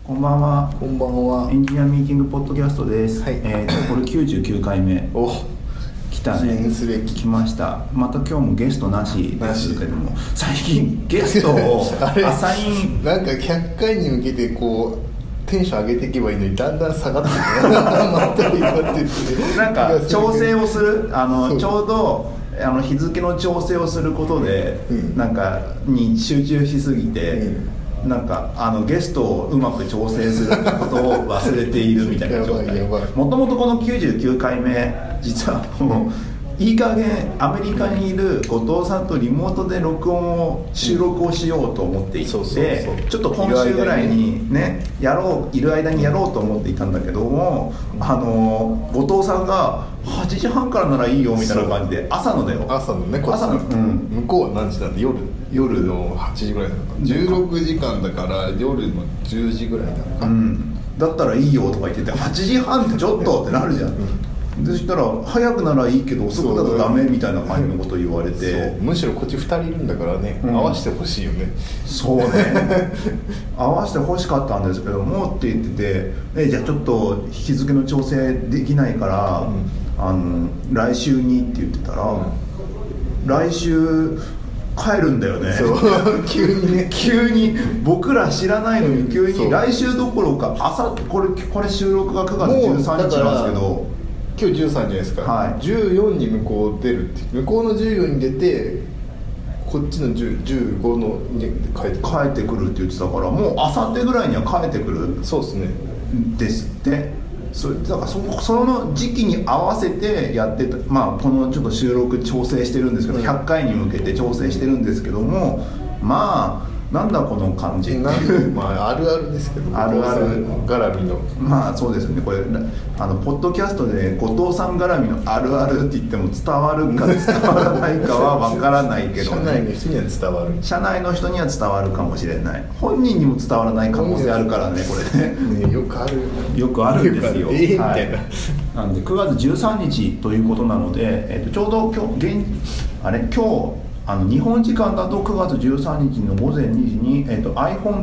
こんばんは。 こんばんは。 エンジニアミーティングポッドキャストです。 はいこれ99回目。 お、 来たね。 記念すべき来ました。また今日もゲストなしですけども、最近ゲストをアサインなんか100回に向けてこうテンション上げていけばいいのにだんだん下がってくるまったりなっててなんか調整をするそうちょうど日付の調整をすることで、なんかに集中しすぎて、なんかゲストをうまく調整することを忘れているみたいな状態。 やばいもともとこの99回目実はもういい加減アメリカにいる後藤さんとリモートで録音を収録をしようと思っていて、 そうそうそうちょっと今週ぐらいにねいる間にやろうと思っていたんだけども、後藤さんが8時半からならいいよみたいな感じで、朝のだよ。 朝のね、こっち朝の、 向こうは何時なんで夜の8時ぐらいなのか16時間だから夜の10時ぐらいなのか、 だったらいいよとか言ってて、8時半ってちょっとってなるじゃん、でそしたら早くならいいけど遅くだとダメみたいな感じのことを言われて、 むしろこっち2人いるんだからね、合わせてほしいよね。 そうね合わせてほしかったんですけどもって言ってて、じゃあちょっと日付の調整できないから、来週にって言ってたら、来週帰るんだよね。 そう急にね急に僕ら知らないのに急に来週どころかこれ収録が9月13日なんですけど、 今日13じゃないですか、 はい、 14に向こう出るって向こうの14に出てこっちの15のに帰ってくるって言ってたから、もうあさってぐらいには帰ってくるそうですねですって。だからその時期に合わせてやってた、このちょっと収録調整してるんですけど、100回に向けて調整してるんですけども、なんだこの感じあるあるですけど、 あるある絡みのそうですね。これポッドキャストで後藤さん絡みのあるあるって言っても伝わるか伝わらないかは分からないけど、 社内の人には伝わる、 社内の人には伝わるかもしれない、本人にも伝わらない可能性あるからね、これねよくあるんですよ。 みたいな、 なんで9月13日ということなので、ちょうど今日日本時間だと9月13日の午前2時に、iPhone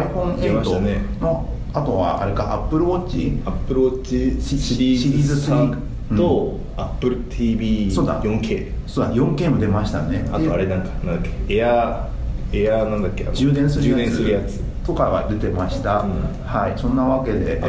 X、iPhone8 の、あとはあれか Apple Watch シリーズ3と、Apple TV4K そうだ 4K も出ましたね。 あとあれなんだっけエアなんだっけ充電するやつとかが出てました、はい。そんなわけで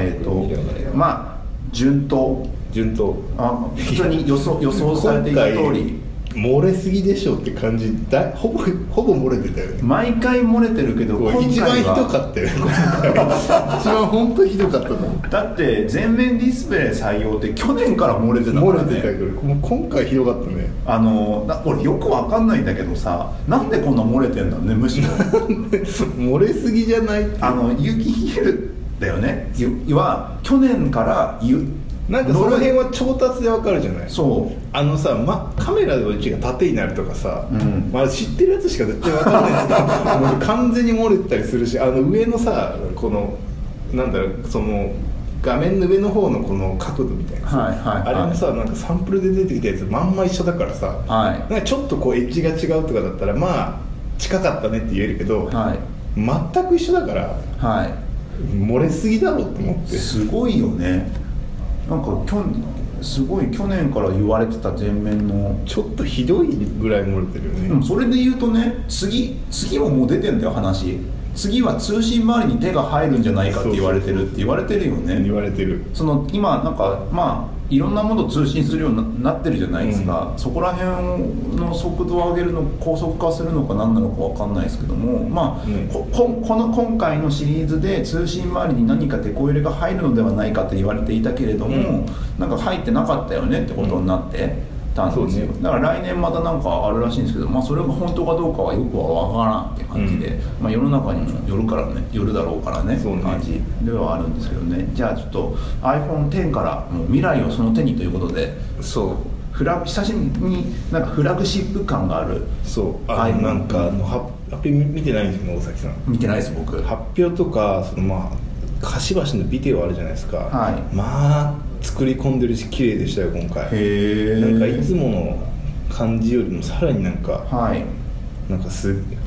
順当普通に予想されていた通り漏れすぎでしょって感じほぼ漏れてたよね。 毎回漏れてるけど、今回は一番ひどかったよね一番本当にひどかったのだって全面ディスプレイ採用って去年から漏れてたからね。 漏れてたけどもう今回ひどかったね。 俺よくわかんないんだけどさ、なんでこんな漏れてんだろうね。むしろ漏れすぎじゃないって有機 EL だよね。は去年からなんかその辺は調達でわかるじゃない。 そうカメラの位置が縦になるとかさ、知ってるやつしか絶対わかんないんですけどもう完全に漏れてたりするし、上のさこのその画面の上の方のこの角度みたいなさ、あれもさなんかサンプルで出てきたやつまんま一緒だからさ、なんかちょっとこうエッジが違うとかだったら近かったねって言えるけど、全く一緒だから、漏れすぎだろうと思って。 すごいよね。なんかすごい去年から言われてた前面のちょっとひどいぐらい漏れてるよね。 それで言うとね、次も出てんだよ話。次は通信周りに手が入るんじゃないかって言われてるよね。 言われてる。 今なんかいろんなものを通信するようになってるじゃないですか、そこら辺の速度を上げるの高速化するのか何なのか分かんないですけども、今回のシリーズで通信周りに何かテこ入れが入るのではないかと言われていたけれども、なんか入ってなかったよねってことになってたんですよ、だから来年またなんかあるらしいんですけど、それが本当かどうかはよくは分からんって感じで、世の中にもよるだろうからね感じではあるんですけどね。じゃあちょっと iPhone X からもう未来をその手にということで、久しぶりになんかフラグシップ感がある。 なんか発表見てないんですよね、大崎さん。 見てないです。僕発表とか端々のビデオあるじゃないですか、作り込んでるし綺麗でしたよ今回。なんかいつもの感じよりもさらになんか、なんか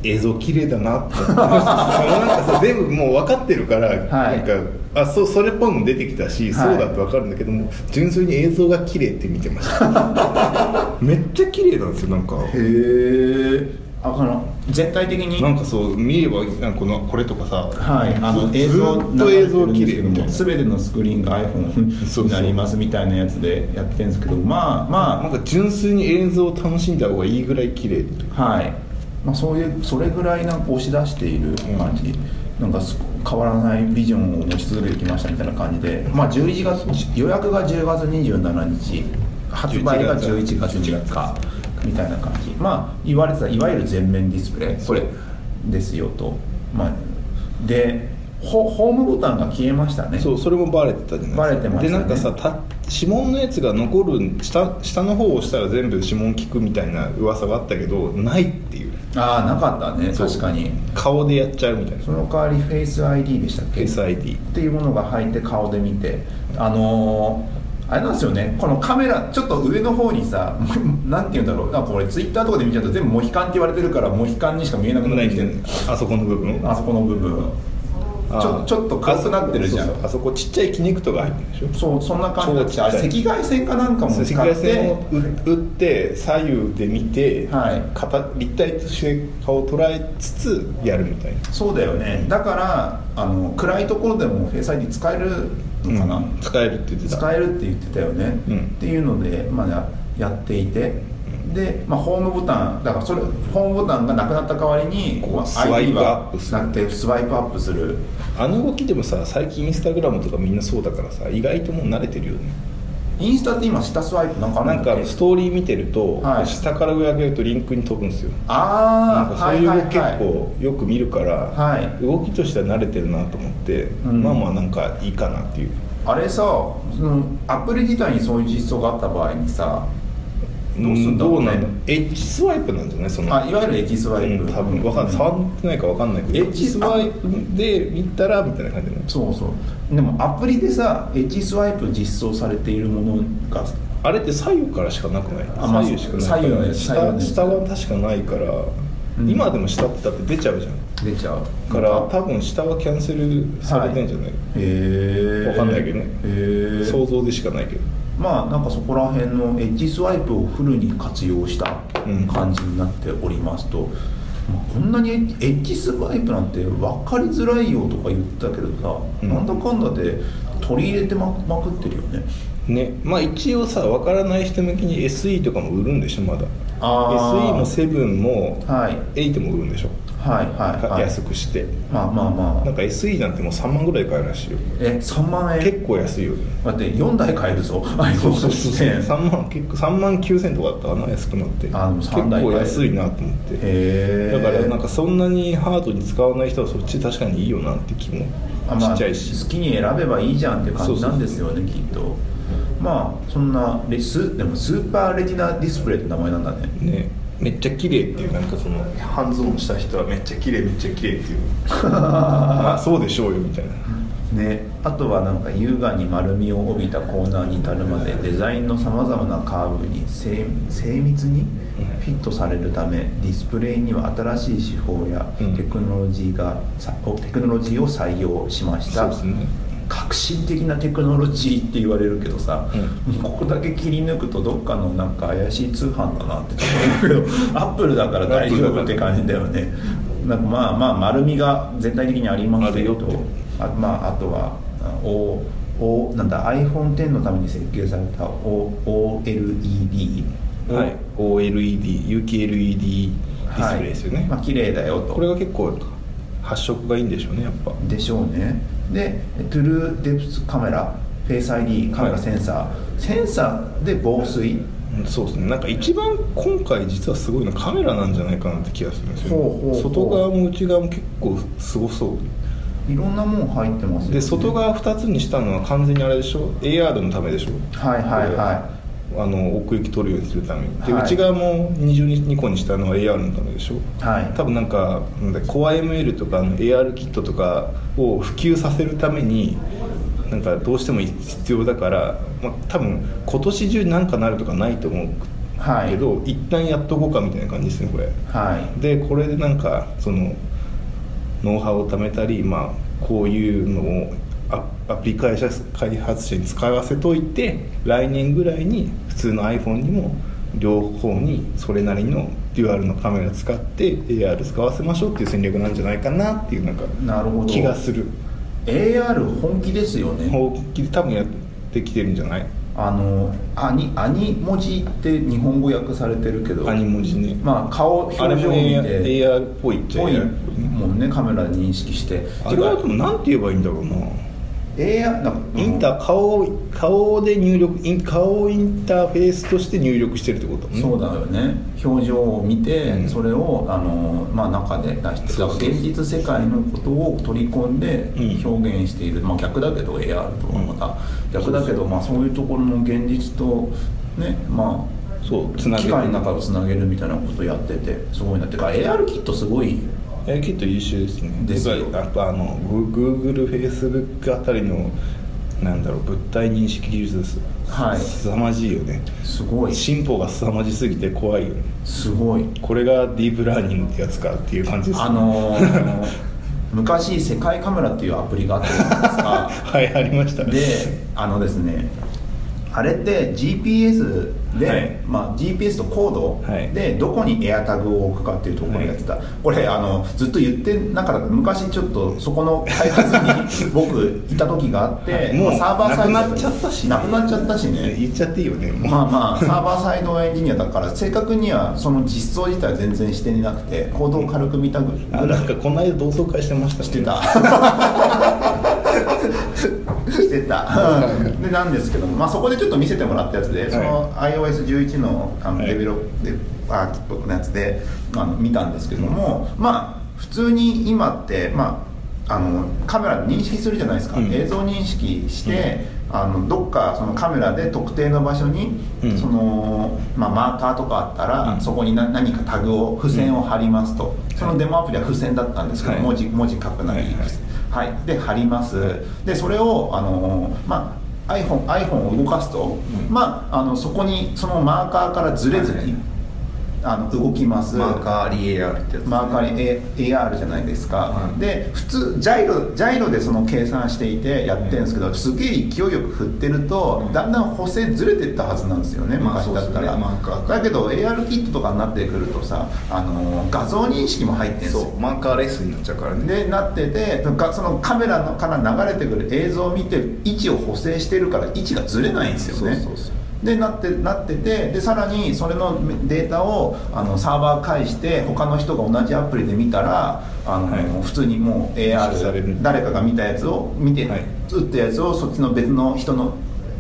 映像綺麗だなってなんかさ全部もう分かってるから、はい、なんかそれっぽいも出てきたし、はい、そうだって分かるんだけども、純粋に映像が綺麗って見てましためっちゃ綺麗なんですよ。なんかへえ、全体的になんかそう見ればこれとかさ、 はい、 ずっと映像綺麗みたいな、 全てのスクリーンが iPhone になりますみたいなやつでやってるんですけど、まあなんか純粋に映像を楽しんだ方がいいぐらい綺麗。 はい、まあ、それぐらいなんか押し出している感じ、なんか変わらないビジョンを持ち続けてきましたみたいな感じで、まあ、11月予約が10月27日発売が11月3日みたいな感じ、まあ言われてたいわゆる全面ディスプレイこれですよと、まあ、でホームボタンが消えましたね。 そう、それもバレてたじゃないですか。 バレてましたね。 でなんかさ指紋のやつが残る下の方を押したら全部指紋効くみたいな噂があったけど、ないっていう。 ああ、なかったね。確かに顔でやっちゃうみたいな。 その代わりフェイス ID でしたっけ、 フェイス ID っていうものが入って顔で見て、あれなんですよね、このカメラちょっと上の方にさなんていうんだろう、これツイッターとかで見ちゃうと全部モヒカンって言われてるから、モヒカンにしか見えなくなってきてる。 あそこの部分ちょっと黒くなってるじゃん。あそこちっちゃいキネクトが入ってるでしょ。 そんな感じで、赤外線かなんかも使って赤外線を打って左右で見て、 はい、 立体として顔を捉えつつやるみたいな。 そうだよね。だから暗いところでもフェイス ID 使えるのかな、 使えるって言ってた。 使えるって言ってたよね、っていうので、まあ、やっていて、で、まあ、ホームボタンだから、ホームボタンがなくなった代わりにスワイプアップする、 なくてスワイプアップする。 あの動きでもさ、最近インスタグラムとかみんなそうだからさ、意外ともう慣れてるよね。 インスタって今下スワイプなんかあるんだっけ。 なんかストーリー見てると、 はい、下から上上げるとリンクに飛ぶんですよ。 ああ、そういう動き結構よく見るから、 はい、 動きとしては慣れてるなと思って、まあなんかいいかなっていう。 あれさ、アプリ自体にそういう実装があった場合にさ、どうすんだろうね。 エッジスワイプなんじゃない？ いわゆるエッジスワイプ、 多分分かんない、触ってないか分かんないけど、エッジスワイプで見たらみたいな感じで、 そうでもアプリでさ、エッジスワイプ実装されているものがあれって左右からしかなくない？左右しかないから、下は確かないから、今でも下ってだって出ちゃうじゃん。 出ちゃうから多分下はキャンセルされてんじゃない？分かんないけどね、想像でしかないけど、 まあなんかそこら辺のエッジスワイプをフルに活用した感じになっておりますと、こんなにエッジスワイプなんて分かりづらいよとか言ったけどさ、なんだかんだで取り入れてまくってるよね。 まあ一応さ、分からない人向けに SE とかも売るんでしょ、まだ。SE も7も8も売るんでしょ。安くして、まあなんか SE なんてもう3万ぐらい買えるらしいよ。 3万円？ 結構安いよね。 待って、4台買えるぞ。 そう3万9000とかだったかな、安くなって。結構安いなと思って。だからなんかそんなにハードに使わない人はそっち確かにいいよなって気もちっちゃいし、 好きに選べばいいじゃんって感じなんですよね、きっと。まあそんなでもスーパーレティナディスプレイって名前なんだね。 めっちゃ綺麗っていう、なんかそのハンズオンした人はめっちゃ綺麗っていうまあそうでしょうよみたいなね。あとはなんか優雅に丸みを帯びたコーナーに至るまでデザインのさまざまなカーブに精密にフィットされるため、ディスプレイには新しい手法やテクノロジーを採用しました。そうですね。革新的なテクノロジーって言われるけどさ、ここだけ切り抜くとどっかのなんか怪しい通販だなって思うけどアップルだから大丈夫って感じだよね。なんかまあ丸みが全体的にありますよと、あとはなんだ iPhone X のために設計された OLED、 有機 LED ディスプレイですよね。 綺麗だよと。 これが結構発色がいいんでしょうね、やっぱ。 でしょうね。でトゥルーデプスカメラ、フェイス ID カメラ、センサーで防水。 そうですね。なんか一番今回実はすごいのカメラなんじゃないかなって気がするんですよ、外側も内側も結構すごそう。 いろんなもん入ってますよね。 で外側2つにしたのは完全にあれでしょ、 AR のためでしょ。奥行き取るようにするためにで、内側も22個にしたのは AR のためでしょ。多分なんかCoreML とかAR キットとかを普及させるためになんかどうしても必要だから、多分今年中なんかなるとかないと思うけど、一旦やっとこうかみたいな感じですねこれ。でこれでなんかそのノウハウを貯めたり、こういうのをアプリ開発者に使わせといて、来年ぐらいに普通の iPhone にも両方にそれなりのデュアルのカメラ使って AR 使わせましょうっていう戦略なんじゃないかなっていうなんか気がする。 AR 本気ですよね。 本気で多分やってきてるんじゃない？ アニ文字って日本語訳されてるけど、 アニ文字ね、 顔表情を見て AR っぽいっちゃ AR っぽいね、 もうねカメラで認識して。 あれはでもなんて言えばいいんだろうな。 AR なんか顔で入力顔インターフェースとして入力してるってことね。 そうだよね。表情を見て、それを中で出して、現実世界のことを取り込んで表現している、逆だけど AR とはまた逆だけど、そういうところの現実とね、 そう機械の中をつなげるみたいなことをやっててすごいなっていうか、 AR キットすごい。 きっと優秀ですね。 ですよ。 やっぱGoogle、Facebook あたりの物体認識技術です。凄まじいよね。 すごい。 進歩が凄まじすぎて怖いよね。 すごい。 これがディープラーニングってやつかっていう感じですね。 昔世界カメラっていうアプリがあったじゃないですか。 はい、ありましたね。 でですね、あれって GPS で、GPS とコードでどこにエアタグを置くかっていうところをやってた、これずっと言ってなかった。昔ちょっとそこの開発に僕いた時があって、 もうサーバーサイドなくなっちゃったしね。言っちゃっていいよね。 サーバーサイドエンジニアだから正確にはその実装自体は全然してなくて、コードを軽く見たぐらい。 なんかこの間同窓会してましたね。 してたしてたでなんですけども、そこでちょっと見せてもらったやつで、その iOS11 のデベロップアーキットのやつで見たんですけども、普通に今ってカメラで認識するじゃないですか、映像認識して、どっかそのカメラで特定の場所に、そのマーカーとかあったら、そこに何かタグを付箋を貼りますと、そのデモアプリは付箋だったんですけど、文字書くなり、で貼ります。でそれをiPhone を動かすと、そこにそのマーカーからずれずに動きます。 マーカーあり AR ってやつ、 マーカーに AR じゃないですか、で普通ジャイロでその計算していてやってるんですけど、すげえ勢いよく振ってると、だんだん補正ずれていったはずなんですよね、昔だったら。だけど AR キットとかになってくるとさ、画像認識も入ってるんですよ。 マーカーレスになっちゃうからね。 でなってて、そのカメラから流れてくる映像を見て位置を補正してるから位置がずれないんですよね。でなってて、でさらにそれのデータをサーバー返して、他の人が同じアプリで見たら普通にもう AR 誰かが見たやつを見て、打ったやつをそっちの別の人の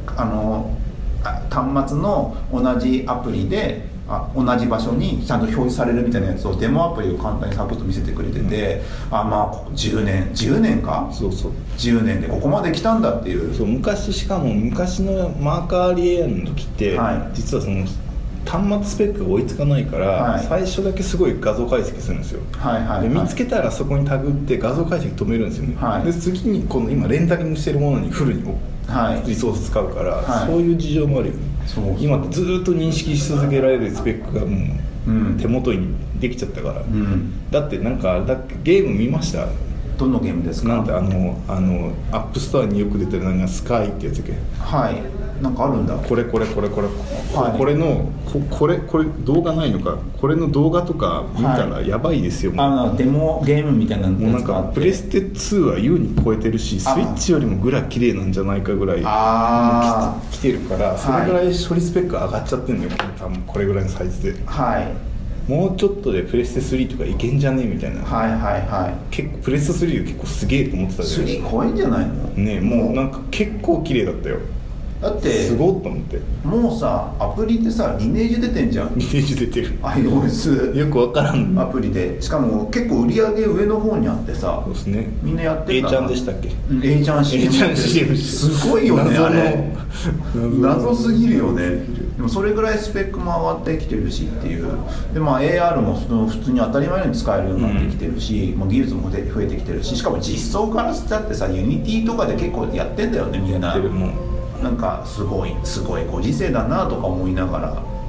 端末の同じアプリで同じ場所にちゃんと表示されるみたいなやつをデモアプリを簡単にサクッと見せてくれてて、10年か、10年でここまで来たんだっていう。 しかも昔のマーカーリエアの時って、実はその端末スペックが追いつかないから、最初だけすごい画像解析するんですよ。で見つけたらそこにタグって画像解析止めるんですよね。で次にこの今レンダリングしてるものにフルにリソース使うから、そういう事情もあるよね。今ってずっと認識し続けられるスペックがもう手元にできちゃったから、だってなんかゲーム見ました？ どのゲームですか？ なんてアップストアによく出てる何がスカイってやつだっけ？ なんかあるんだ。 これのこれ動画ないのか、これの動画とか見たらやばいですよ。 デモゲームみたいなやつがあって、 もうなんかプレステ2は優に超えてるし、スイッチよりもグラ綺麗なんじゃないかぐらい来てるから、それぐらい処理スペック上がっちゃってるのよ、多分これぐらいのサイズで。もうちょっとでプレステ3とかいけんじゃねえみたいな。結構プレステ3結構すげえと思ってたじゃん。 3怖いんじゃないのね。もうなんか結構綺麗だったよ。 だってすごいと思って。 もうさ、アプリってさ、リネージ出てんじゃん。 リネージ出てる。 iOS よくわからんアプリで、しかも結構売り上げ上の方にあってさ。 そうですね。 みんなやってる。 A ちゃんでしたっけ？ A ちゃん CM すごいよね、あれ。謎すぎるよね。でもそれぐらいスペックも上がってきてるしっていう。でAR も普通に当たり前のように使えるようになってきてるし、技術も増えてきてるし、しかも実装からしたってさ、ユニティとかで結構やってんだよね、みんな。なんかすごいご時世だなとか思いながら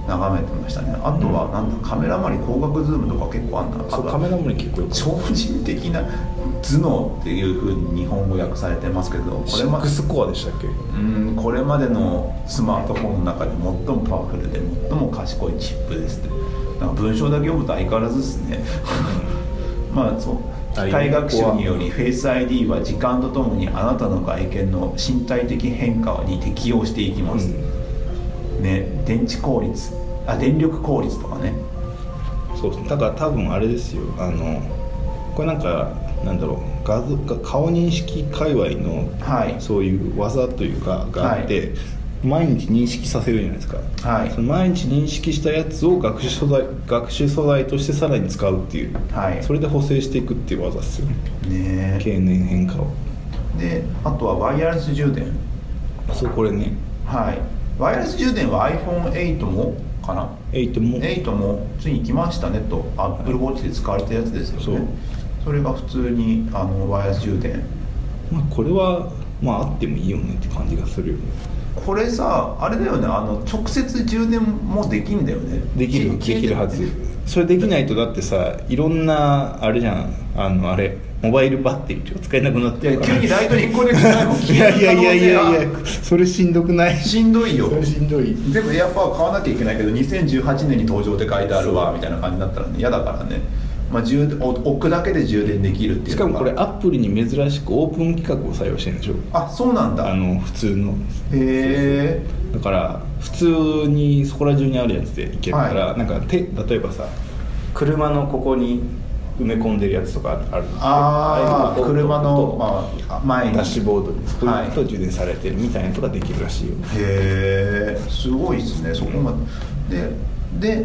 眺めてましたね。あとはなんだ、カメラ周り光学ズームとか結構あんな。 そうカメラ周り結構よく超人的な頭脳っていう風に日本語訳されてますけど、これ 6スコアでしたっけ。 これまでのスマートフォンの中で最もパワフルで最も賢いチップですって。なんか文章だけ読むと相変わらずですねまあそう、機械学習によりフェイス ID は時間とともにあなたの外見の身体的変化に適応していきます、ね、電力効率とかね。 そうだから多分あれですよ、これなんだろう、顔認識界隈の、そういう技というかがあって、毎日認識させるじゃないですか、その毎日認識したやつを学習素材としてさらに使うっていう、それで補正していくっていう技ですよね、経年変化を。 であとはワイヤレス充電。 そうこれね、 ワイヤレス充電は iPhone8 もかな、8もついに来ましたねと Apple Watch で使われたやつですよね。それが普通にワイヤレス充電、 これはあってもいいよねって感じがするよね。 これさあれだよね、直接充電もできんだよね。 できるはず。それできないとだってさ、いろんなあれじゃん、あれモバイルバッテリーとか使えなくなってるから、 急にライトニングコネクトないもんいやそれしんどくない？ しんどいよ。 それしんどい。 でもやっぱ買わなきゃいけないけど2018年に登場って書いてあるわみたいな感じだったらね嫌だからね、置くだけで充電できるっていう。 しかもこれアプリに珍しくオープン規格を採用してるんでしょ。 あ、そうなんだ。 普通の。 へえ。 だから普通にそこら中にあるやつでいけるから、なんか例えばさ、車のここに埋め込んでるやつとかある。 車の、前にダッシュボードにそういうと充電されてるみたいなのとかできるらしいよ。 へえ、すごいですね。そこまで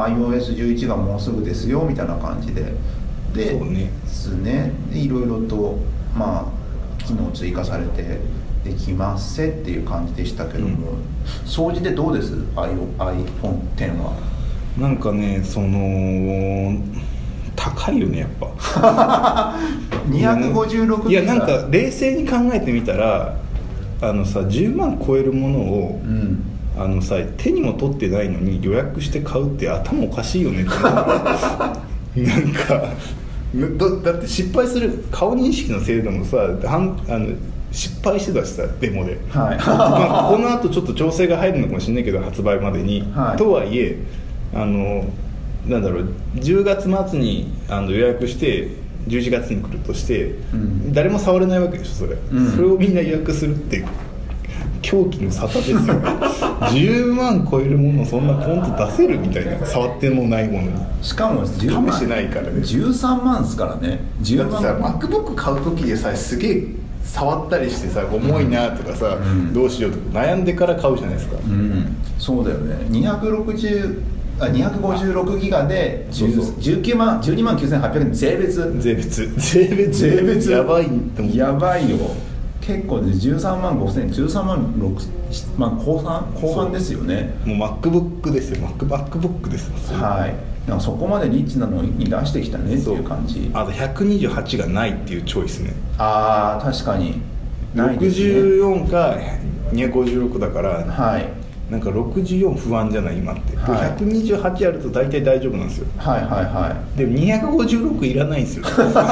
iOS11 がもうすぐですよみたいな感じでそうねですね。でいろいろと機能追加されてできますせっていう感じでしたけども、掃除でどうです iPhone10 は。 なんかね、高いよねやっぱ 256 いやなんか冷静に考えてみたら10万超えるものを、手にも取ってないのに予約して買うって頭おかしいよねってなんかだって失敗する顔認識の精度もさ失敗してたしさ、デモで、この後ちょっと調整が入るのかもしれないけど発売までに、とはいえなんだろう、10月末に予約して11月に来るとして、誰も触れないわけでしょそれ、それをみんな予約するって狂気の沙汰ですよ10万超えるものをそんなポンと出せるみたいな、触ってもないものに。 しかも試してないからね。 13万ですからね。 だってさ MacBook 買う時でさ、すげえ触ったりしてさ、重いなとかさ、どうしようとか悩んでから買うじゃないですか。 そうだよね。256ギガで12万9800円税別やばいと思う。 やばいよ。結構で13万5000円、13万6万後半ですよね。 もう MacBook ですよ。MacBook ですよ。 なんかそこまでリッチなのに出してきたねっていう感じ。 あと128がないっていうチョイスね。 確かにないですね。 64か256だから、なんか64不安じゃない今って、128あると大体大丈夫なんですよ。でも256いらないんですよ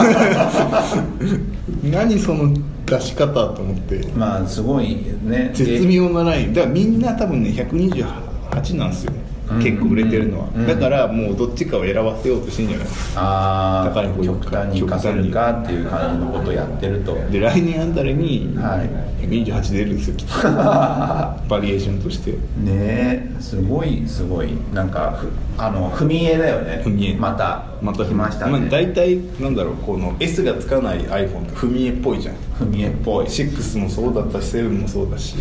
何その出し方と思って、 すごいね、 絶妙なラインだからみんな多分ね128なんですよ、結構売れてるのは、だからもうどっちかを選ばせようとしてんじゃないですか。高い方極端に活かせるかっていう感じのことをやってると。 で来年あんたらに128出るんですよきっとバリエーションとしてね。すごいなんか踏み絵だよね。また来ましたね。 大体なんだろう、この S がつかない iPhone って踏み絵っぽいじゃん。 踏み絵っぽい。 6もそうだったし7もそうだし、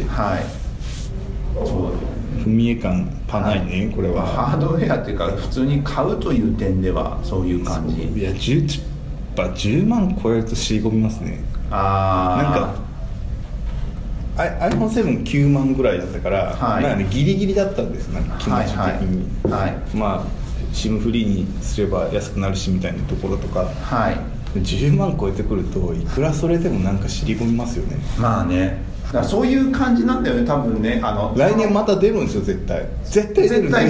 踏み絵感パないね、これは。 ハードウェアっていうか普通に買うという点ではそういう感じ。 いや10万超えると尻込みますね。なんかiPhone7 9万ぐらいだったから、なんかギリギリだったんです、なんか気持ち的に。SIM フリーにすれば安くなるしみたいなところとか、10万超えてくるといくらそれでもなんか尻込みますよね。 だからそういう感じなんだよね多分ね。 来年また出るんですよ絶対出る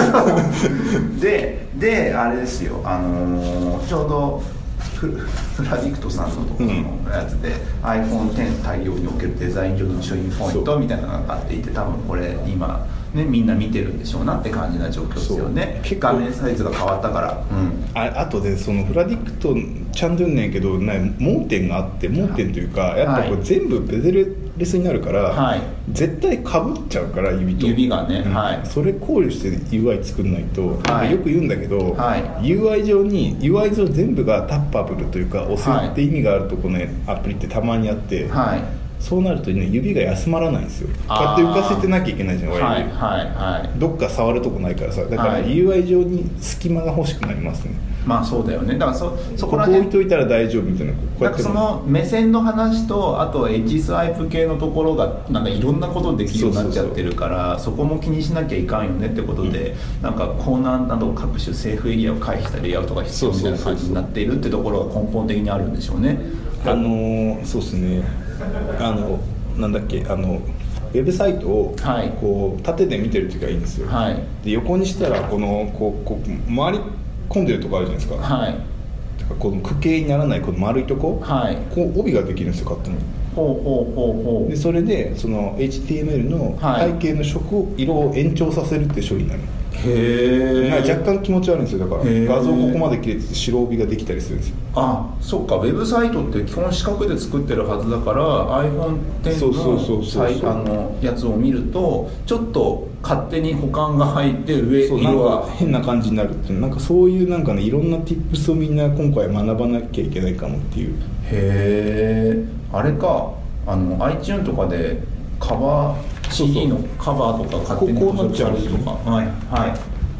であれですよ、ちょうどフラディクトさんのところのやつで、iPhone X 対応におけるデザイン上の注意ポイントみたいなのがあっていて、多分これ今ねみんな見てるんでしょうなって感じな状況ですよね。画面サイズが変わったから、 あとでそのフラディクトちゃんと言うんねんけど盲点があって、盲点というかやっぱこれ全部ベゼレスになるから、はい、絶対かぶっちゃうから指がね、はい、 それ考慮して UI 作んないと、はい、よく言うんだけど、はい、UI 上全部がタッパブルというか押すって意味があるとこのアプリってたまにあって、はい、そうなるとね指が休まらないんですよ。こうやって浮かせてなきゃいけないじゃん、はいはいはい、どっか触るとこないからさ、だから UI 上に隙間が欲しくなりますね。 まあそうだよね。だからそこら辺置いといたら大丈夫みたいな。 だからその目線の話と、あとエッジスワイプ系のところがなんかいろんなことできるようになっちゃってるから、そこも気にしなきゃいかんよねってことで、なんかコーナーなど各種セーフエリアを回避したレイアウトが必要みたいな感じになっているってところが根本的にあるんでしょうね。 そうですね。なんだっけウェブサイトをこう縦で見てる時がいいんですよ、はい、で横にしたらこう回り込んでるとこあるじゃないですか、はい、この区形にならないこの丸いとこ、はい、こう帯ができるんですよ勝手に。ほうでそれでその HTML の背景の色を延長させるって処理になる。へえ。若干気持ち悪いんですよ。だから画像ここまで切れてて白帯ができたりするんですよ。 あ、そっか。ウェブサイトって基本四角で作ってるはずだから iPhone X のやつを見るとちょっと勝手に補完が入って上色が変な感じになるっていう、なんかそういうなんかねいろんな tips をみんな今回学ばなきゃいけないかもっていう。 へえ。あれか、iTunes とかでカバー CD のカバーとか勝手にこうなっちゃうとか、はいはい、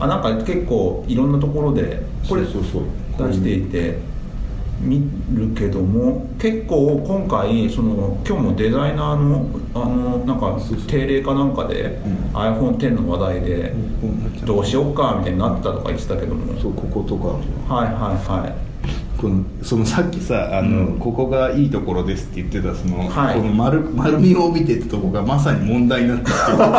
なんか結構いろんなところでこれ出していて見るけども、結構今回今日もデザイナーのなんか定例かなんかで iPhone X の話題でどうしようかみたいになったとか言ってたけども、 そうこことか、 はいはいはい、 そのさっきさここがいいところですって言ってたはい、この丸みを帯びてってとこがまさに問題になって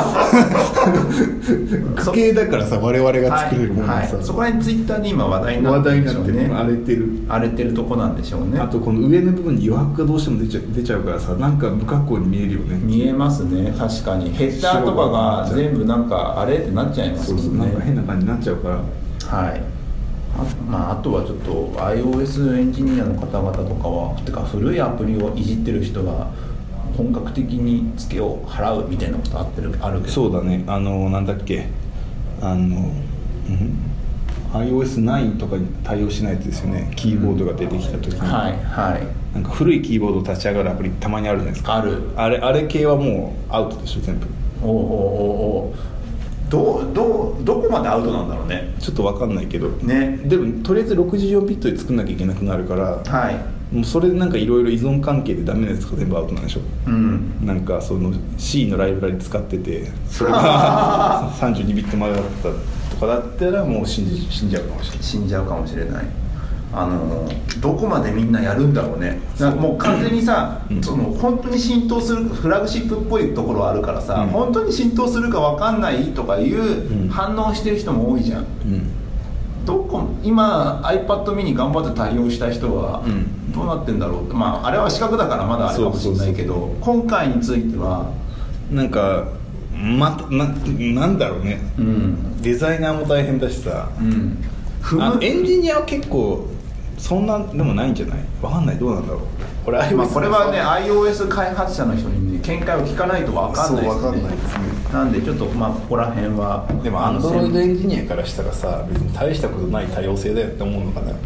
る区形だからさ我々が作れるものがさ、 はいはい、そこら辺ツイッターに今話題になってるんでしょうね。荒れてるとこなんでしょうね。 あとこの上の部分に余白がどうしても出ちゃうからさ、なんか不格好に見えるよね。 見えますね。確かにヘッダーとかが全部なんかあれってなっちゃいますもんね。 そうなんか変な感じになっちゃうから、 はい。あとはちょっと iOS エンジニアの方々とかはてか古いアプリをいじってる人が本格的にツケを払うみたいなことあるけど、 そうだね。なんだっけiOS9 とかに対応しないやつですよね。キーボードが出てきた時に、 はいはい、 なんか古いキーボード立ち上がるアプリたまにあるじゃないですか。あれ系はもうアウトでしょ全部。 どこまでアウトなんだろうね。 ちょっと分かんないけど、ね、でもとりあえず64ビットで作んなきゃいけなくなるから、はい、もうそれでなんかいろいろ依存関係でダメなやつが全部アウトなんでしょ、うん、なんかその C のライブラリ使っててそれが32ビットまでだったとかだったらもう死んじゃうかもしれない。 死んじゃうかもしれない。どこまでみんなやるんだろうね。もう完全にさ、本当に浸透するフラグシップっぽいところあるからさ、本当に浸透するか分かんないとかいう反応してる人も多いじゃん、今 iPad mini 頑張って対応した人はどうなってんだろうって、あれは四角だからまだあれかもしれないけど、今回についてはなんかなんだろうね、デザイナーも大変だしさ、エンジニアは結構そんなでもないんじゃない？わかんない。どうなんだろう。これはね iOS 開発者の人にね見解を聞かないとわかんないですね。そうわかんないですね。なんでちょっとここら辺はでも Android エンジニアからしたらさ、別に大したことない多様性だよって思うのかな。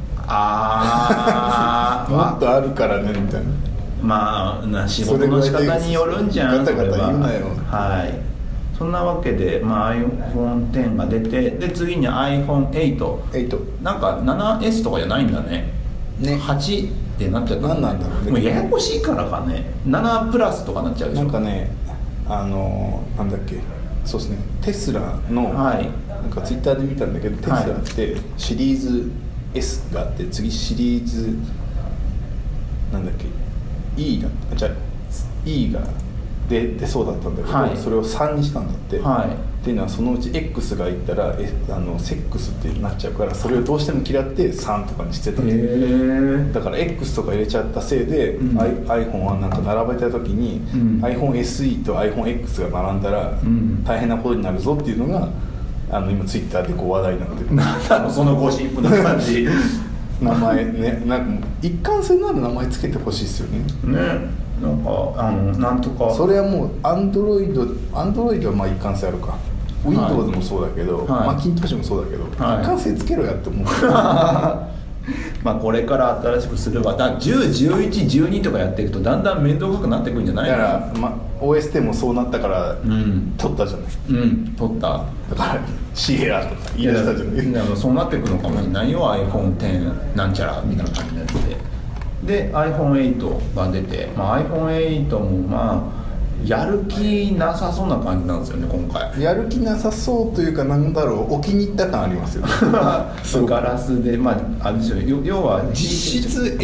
もっとあるからねみたいな。仕事の仕方によるんじゃん。 ガタガタ言うなよ。 はい。そんなわけで、iPhone X が出て、で次に iPhone8 なんか 7S とかじゃないんだね。8ってなっちゃった。 何なんだろうね。 もうややこしいからかね。7プラスとかなっちゃうでしょ。 なんかねなんだっけ、そうですね、テスラの、なんかツイッターで見たんだけど、テスラってシリーズ S があって、次シリーズなんだっけ E が出そうだったんだけど、 はいそれを3にしたんだって、 はいっていうのはそのうち X がいったらセックスってなっちゃうから、それをどうしても嫌って3とかにしてたんですよ。だから X とか入れちゃったせいで、 うん、 iPhone はなんか並べた時に、 うん、 iPhone SE と iPhoneX が並んだら大変なことになるぞっていうのが今 Twitter でこう話題になってる。 なんだろうそのゴシップの感じ名前ね、なんか一貫性のある名前つけてほしいですよね。 ね、なんかなんとかそれはもう Android はまあ一貫性あるか、Windows もそうだけど、 はい、 マッキントッシュもそうだけど、 はい、 一貫性つけろやって思うまあこれから新しくすればだ10、11、12とかやっていくとだんだん面倒くさくなってくるんじゃないだから、OS10 もそうなったから、 うん、 取ったじゃない。 取った。 だからシエラとか言い出したじゃない。 そうなっていくのかもしれないよ。 iPhone10 なんちゃらみたいな感じのやつで iPhone8 が出て、iPhone8 もやる気なさそうな感じなんですよね今回。 やる気なさそうというか、なんだろう、お気に入った感ありますよガラスであれですよ、要は実質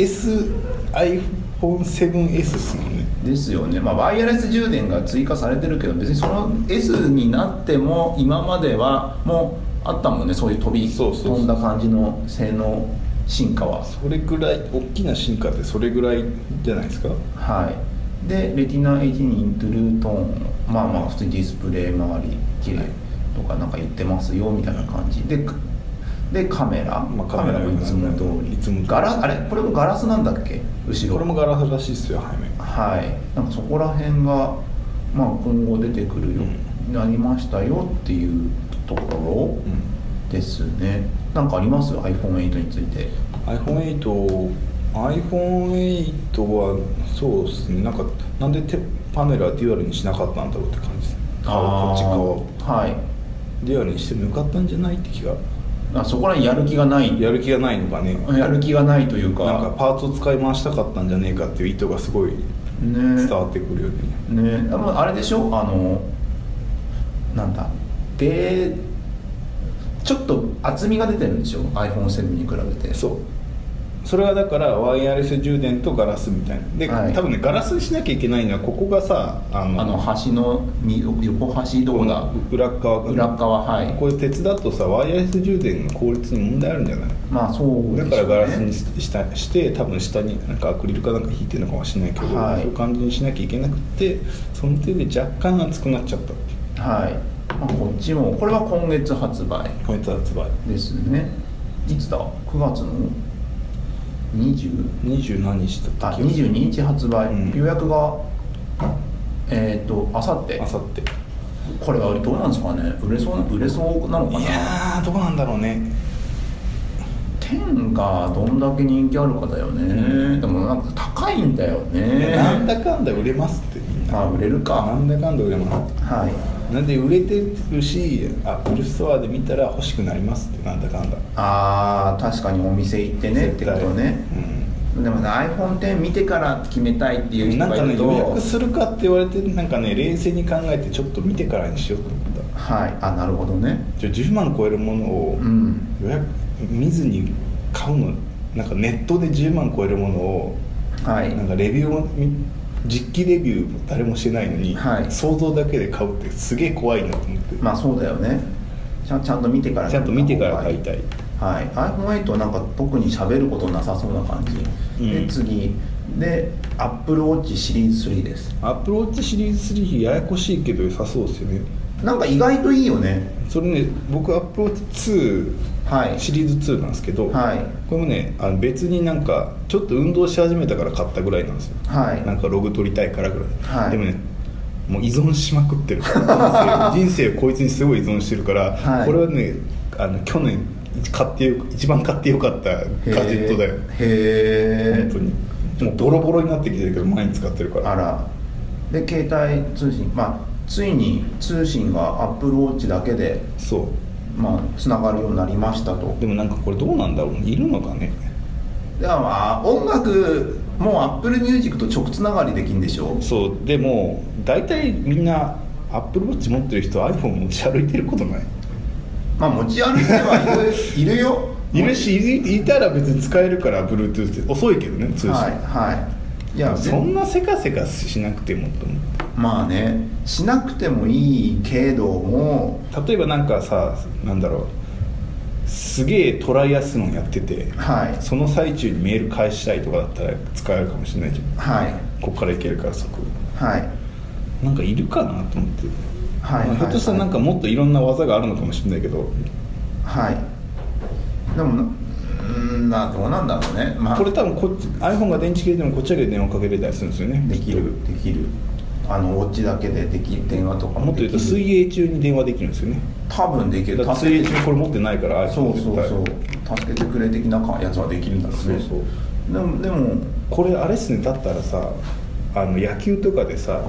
iPhone7S っすもんね。 ですよね。ワイヤレス充電が追加されてるけど、別にその S になっても今まではもうあったもんね、そういう飛んだ感じの性能進化は。 それぐらい大きな進化ってそれぐらいじゃないですか。 はい。でレティナ HD にイントゥルートーン、普通にディスプレイ周り綺麗とかなんか言ってますよみたいな感じでカメラもいつも通りガラス、あれこれもガラスなんだっけ、後ろこれもガラスらしいですよ、背面。 はい、なんかそこら辺が今後出てくるようになりましたよっていうところですね。なんかあります iPhone8 について。 iPhone8 はそうですね、なんでパネルはデュアルにしなかったんだろうって感じです。こっち側を、はい、デュアルにしてもよかったんじゃないって気が。 そこらにやる気がないのかね。 やる気がないというか、 なんかパーツを使い回したかったんじゃねえかっていう意図がすごい伝わってくるよね。 あれでしょ、なんだでちょっと厚みが出てるんでしょ iPhone7 に比べて。 それはだからワイヤレス充電とガラスみたいなで、はい、多分ねガラスにしなきゃいけないのはここがさ端の横端どこだ、 裏側、 はい、 こういう鉄だとさワイヤレス充電の効率に問題あるんじゃない。 そうですね、 だからガラスにして多分下になんかアクリルかなんか引いてるのかもしれないけど、はい、そういう感じにしなきゃいけなくて、その手で若干厚くなっちゃったっていう。 はい、こっちもこれは今月発売ですね。いつだ、9月の 20何日だったっけ。 22日発売、予約があさってこれはどうなんですかね、売れそうなのかな。 いやーどうなんだろうね。 10がどんだけ人気あるかだよね、でもなんか高いんだよね。 なんだかんだ売れますってみんな。 売れるか。 なんだかんだ売れます。はい。なんで売れてるし、アップルストアで見たら欲しくなりますって、なんだかんだ。 確かにお店行ってねってことね。でもね iPhone10 見てから決めたいっていう人がいると、 予約するかって言われて冷静に考えてちょっと見てからにしようと思った。 はい。なるほどね。 10万超えるものを予約見ずに買うの、なんかネットで10万超えるものを、はい、なんかレビューを実機レビュー誰もしてないのに、はい、想像だけで買うってすげえ怖いなと思って。 そうだよね。ちゃんと見てから買いたい。 はい、iPhone8 はなんか特に喋ることなさそうな感じ、で次で Apple Watch シリーズ3です。 Apple Watch シリーズ3ややこしいけど良さそうですよね。 なんか意外といいよね。 それね、僕 Apple Watch 2、シリーズ2なんですけど、はい、これもね別になんかちょっと運動し始めたから買ったぐらいなんですよ、はい、なんかログ取りたいからぐらい、はい、でもねもう依存しまくってるから人生をこいつにすごい依存してるから、はい、これはね去年一番買ってよかったガジェットだよ。本当にもうボロボロになってきてるけど毎日使ってるから。 あら。で携帯通信、ついに通信が Apple Watch だけでつながるようになりましたと。 でもなんかこれどうなんだろう、いるのかね。 では音楽もう Apple Music と直つながりできるんでしょ。 そうでも大体みんな Apple Watch 持ってる人 iPhone 持ち歩いてることない。 持ち歩いてはいるよいるし、いたら別に使えるから Bluetooth って遅いけどね通信。はい、はい、いやそんなせかせかしなくてもと思って。 まあね、しなくてもいいけども、 例えばなんかさ、なんだろう、すげえトライアスロンやってて、 はい、 その最中にメール返したいとかだったら使えるかもしれないじゃん、 はい、 こっからいけるから即、 はい、 なんかいるかなと思って、 はい、 まあ、ひょっとしたらなんかもっといろんな技があるのかもしれないけど、 はい、でもどうなんだろうね、まあ、 これ多分iPhone が電池切れてもこっちだけで電話かけれたりするんですよね。 できるウォッチだけで電話とかもっと言うと水泳中に電話できるんですよね。 多分できる。 水泳中にこれ持ってないから iPhone そう助けてくれ的なやつはできるんだろうね。そうでもこれあれっすね、だったらさ、野球とかでさ、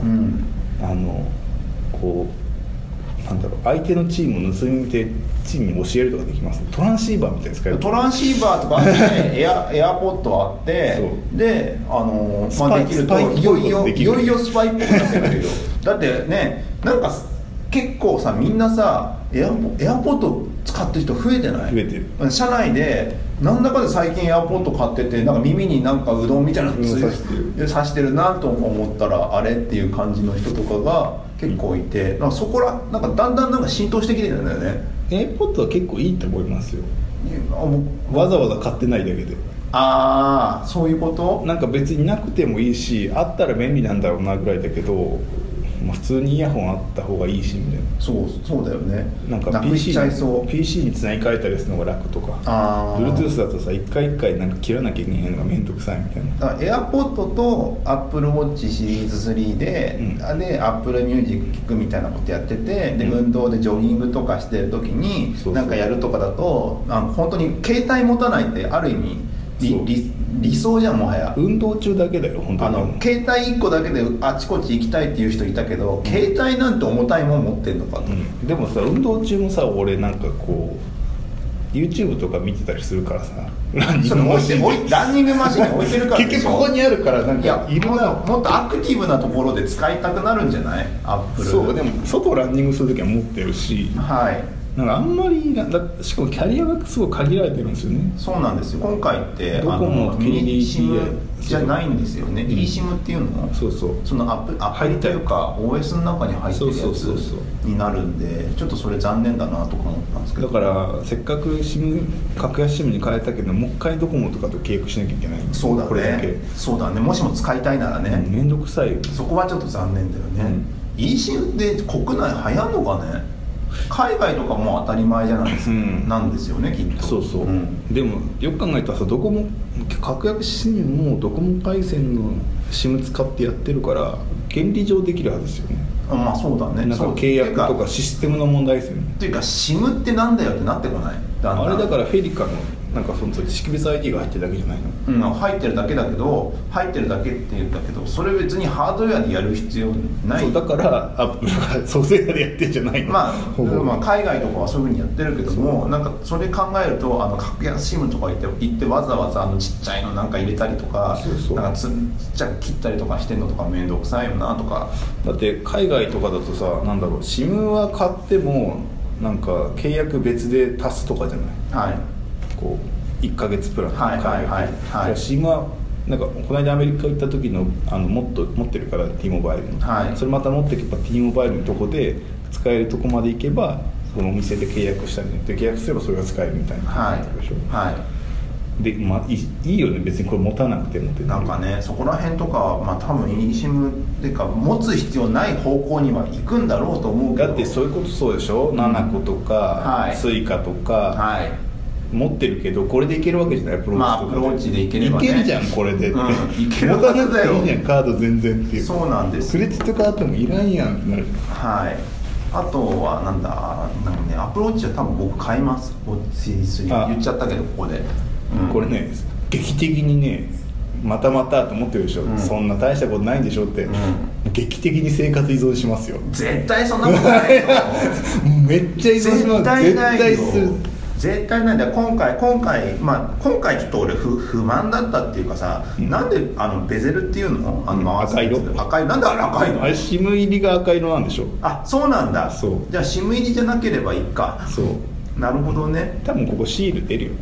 こうなんだろう、相手のチームを盗み見てチームに教えるとかできます。トランシーバーみたいに使える。 トランシーバーとかあってエアポッドあってでできるといよいよスパイっぽくなってくるよだってね、なんか結構さ、みんなさエアポッド使ってる人増えてない？ 増えてる。 社内でなんだかで最近エアポッド買ってて、なんか耳になんかうどんみたいなの刺してるなと思ったらあれっていう感じの人とかが結構いて、なんかそこらなんかだんだんなんか浸透してきてるんだよね。 AirPods は結構いいと思いますよ。わざわざ買ってないだけで。 ああ、そういうこと？ なんか別になくてもいいし、あったら便利なんだろうなぐらいだけど、まあ、普通にイヤホンあった方がいいしみたいな。 そうだよね。 なんか PC につなぎ替えたりするのが楽とか、Bluetooth だとさ、一回一回なんか切らなきゃいけないのがめんどくさいみたいな。 だから AirPod と Apple Watch シリーズ3で、で Apple Music 聴くみたいなことやってて、で運動でジョギングとかしてる時になんかやるとかだと、本当に携帯持たないってある意味理想じゃん。もはや運動中だけだよ本当に。 携帯1個だけであちこち行きたいっていう人いたけど、携帯なんて重たいもん持ってんのかと、 でもさ、運動中もさ、俺なんかこう YouTube とか見てたりするからさ、ランニングマシンに置いてるから結局ここにあるから、なんかもっとアクティブなところで使いたくなるんじゃない？アップル。 そう、でも外ランニングするときは持ってるし、 はい、 なんかあんまりしかもキャリアがすごい限られてるんですよね。 そうなんですよ。今回ってどこもミニシムじゃないんですよね。eSIM っていうの？ そうそう。 そのアプリというか OS の中に入ってるやつになるんで、ちょっとそれ残念だなとか思ったんですけど。 だからせっかく格安 SIM に変えたけど、もう一回ドコモとかと契約しなきゃいけない。 そうだね。 これだけ。 そうだね。もしも使いたいならね。 めんどくさいよ。 そこはちょっと残念だよね。eSIM って国内流行るのかね？海外とかも当たり前じゃないですか、なんですよね、きっと。 そうそう、でもよく考えたらさ、ドコモ格安 SIM もドコモ回線の SIM 使ってやってるから、原理上できるはずですよね。 まあそうだね。 なんか契約とかシステムの問題ですよね。 というか SIM ってなんだよってなってこない？ あれだからフェリカのなんかその識別 ID が入ってるだけじゃないの？ 入ってるだけだけど、入ってるだけって言うんだけど、それ別にハードウェアでやる必要ない。 そうだからアップルがソフトウェアでやってんじゃないの？まあ海外とかはそういうふうにやってるけども、なんかそれ考えると格安 SIM とか行ってわざわざちっちゃいのなんか入れたりとか、なんかちっちゃく切ったりとかしてんのとか面倒くさいよなとか。 だって海外とかだとさ、なんだろう、 SIM は買ってもなんか契約別で足すとかじゃない？はい。こう1ヶ月プランとか、SIM はなんかこの間アメリカ行った時の持ってるから T モバイルの、それまた持っていけば T モバイルのとこで使えるとこまで行けば、そのお店で契約したりで契約すればそれが使えるみたいな感じでしょ。で、まあいいよね、別にこれ持たなくてもって。 なんかね、そこら辺とかは、まあ多分eSIMっていうか持つ必要ない方向には行くんだろうと思うけど。 だってそういうことそうでしょ、7個とか、スイカとか、持ってるけどこれでいけるわけじゃない。アプローチでいければね、いけるじゃんこれでって、 いける持たなくていいじゃんカード全然っていう。 そうなんです。 クレジットカードもいらんやんってなる。 あとはなんかね、アプローチは多分僕買います。ウォッチ3言っちゃったけどここで、 これね劇的にね、またって思ってるでしょ、そんな大したことないんでしょって、劇的に生活依存しますよ。 絶対そんなことないよめっちゃ依存します。絶対する。 絶対ないんだよ。今回ちょっと俺不満だったっていうかさ、なんでベゼルっていうの赤色なんであれ赤いの？ あれ SIM 入りが赤色なんでしょ。 あ、そうなんだ。 そうじゃあ SIM 入りじゃなければいいか。 そうなるほどね。 多分ここシール出るよ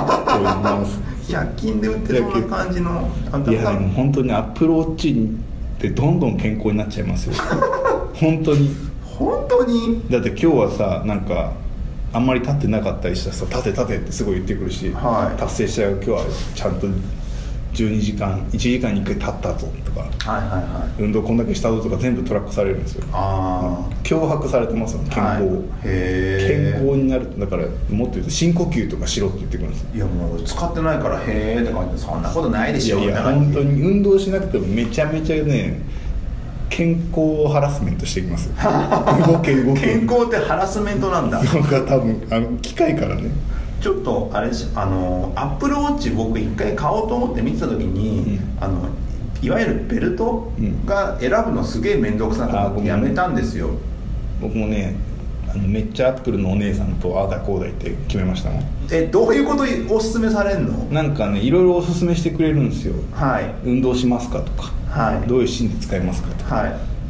100均で売ってそうな感じの。 いやでも本当にアップルウォッチでどんどん健康になっちゃいますよ本当にだって今日はさなんかあんまり立ってなかったりしたらさ立てってすごい言ってくるし、はい、達成しちゃう今日はちゃんと12時間1時間に1回立ったぞとか、はいはいはい、運動こんだけしたぞとか全部トラックされるんですよ。脅迫されてますよ健康を、はい、健康になるだからもっと言うと深呼吸とかしろって言ってくるんですよ。 いやもう使ってないからへーって感じでそんなことないでしょ。 いや本当に運動しなくてもめちゃめちゃね健康ハラスメントしてきます動け健康ってハラスメントなんだなんか多分機械からねちょっとあれアップルウォッチ僕一回買おうと思って見てた時に、いわゆるベルトが選ぶのすげえ面倒くさくなってやめたんですよ。 僕もねめっちゃアップルのお姉さんとああだこうだ言って決めましたもん。 どういうことおすすめされるの？ なんかねいろいろおすすめしてくれるんですよ、はい、運動しますかとか、はい、どういうシーンで使いますかとか、はい、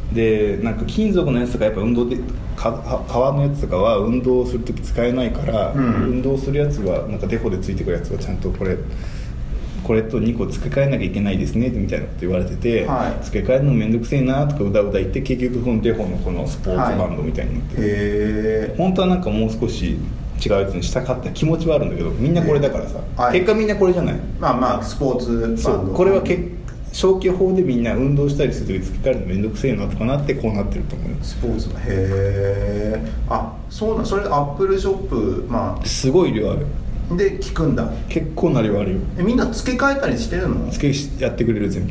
でなんか金属のやつとかやっぱ運動で革のやつとかは運動するとき使えないから、運動するやつはなんかデコでついてくるやつはちゃんとこれと2個付け替えなきゃいけないですねみたいなこと言われてて、はい、付け替えるのめんどくせえなとかうだうだ言って結局このデフォのこのスポーツバンドみたいになって、はい、本当はなんかもう少し違うやつにしたかった気持ちはあるんだけどみんなこれだからさ、はい、結果みんなこれじゃない。 まあスポーツバンドそうこれは消去法でみんな運動したりするとき付け替えるのめんどくせえなとかなってこうなってると思う。 スポーツへえそうなんそれでアップルショップすごい量あるで聞くんだ。 結構な量あるよ。 みんな付け替えたりしてるの？ やってくれる全部。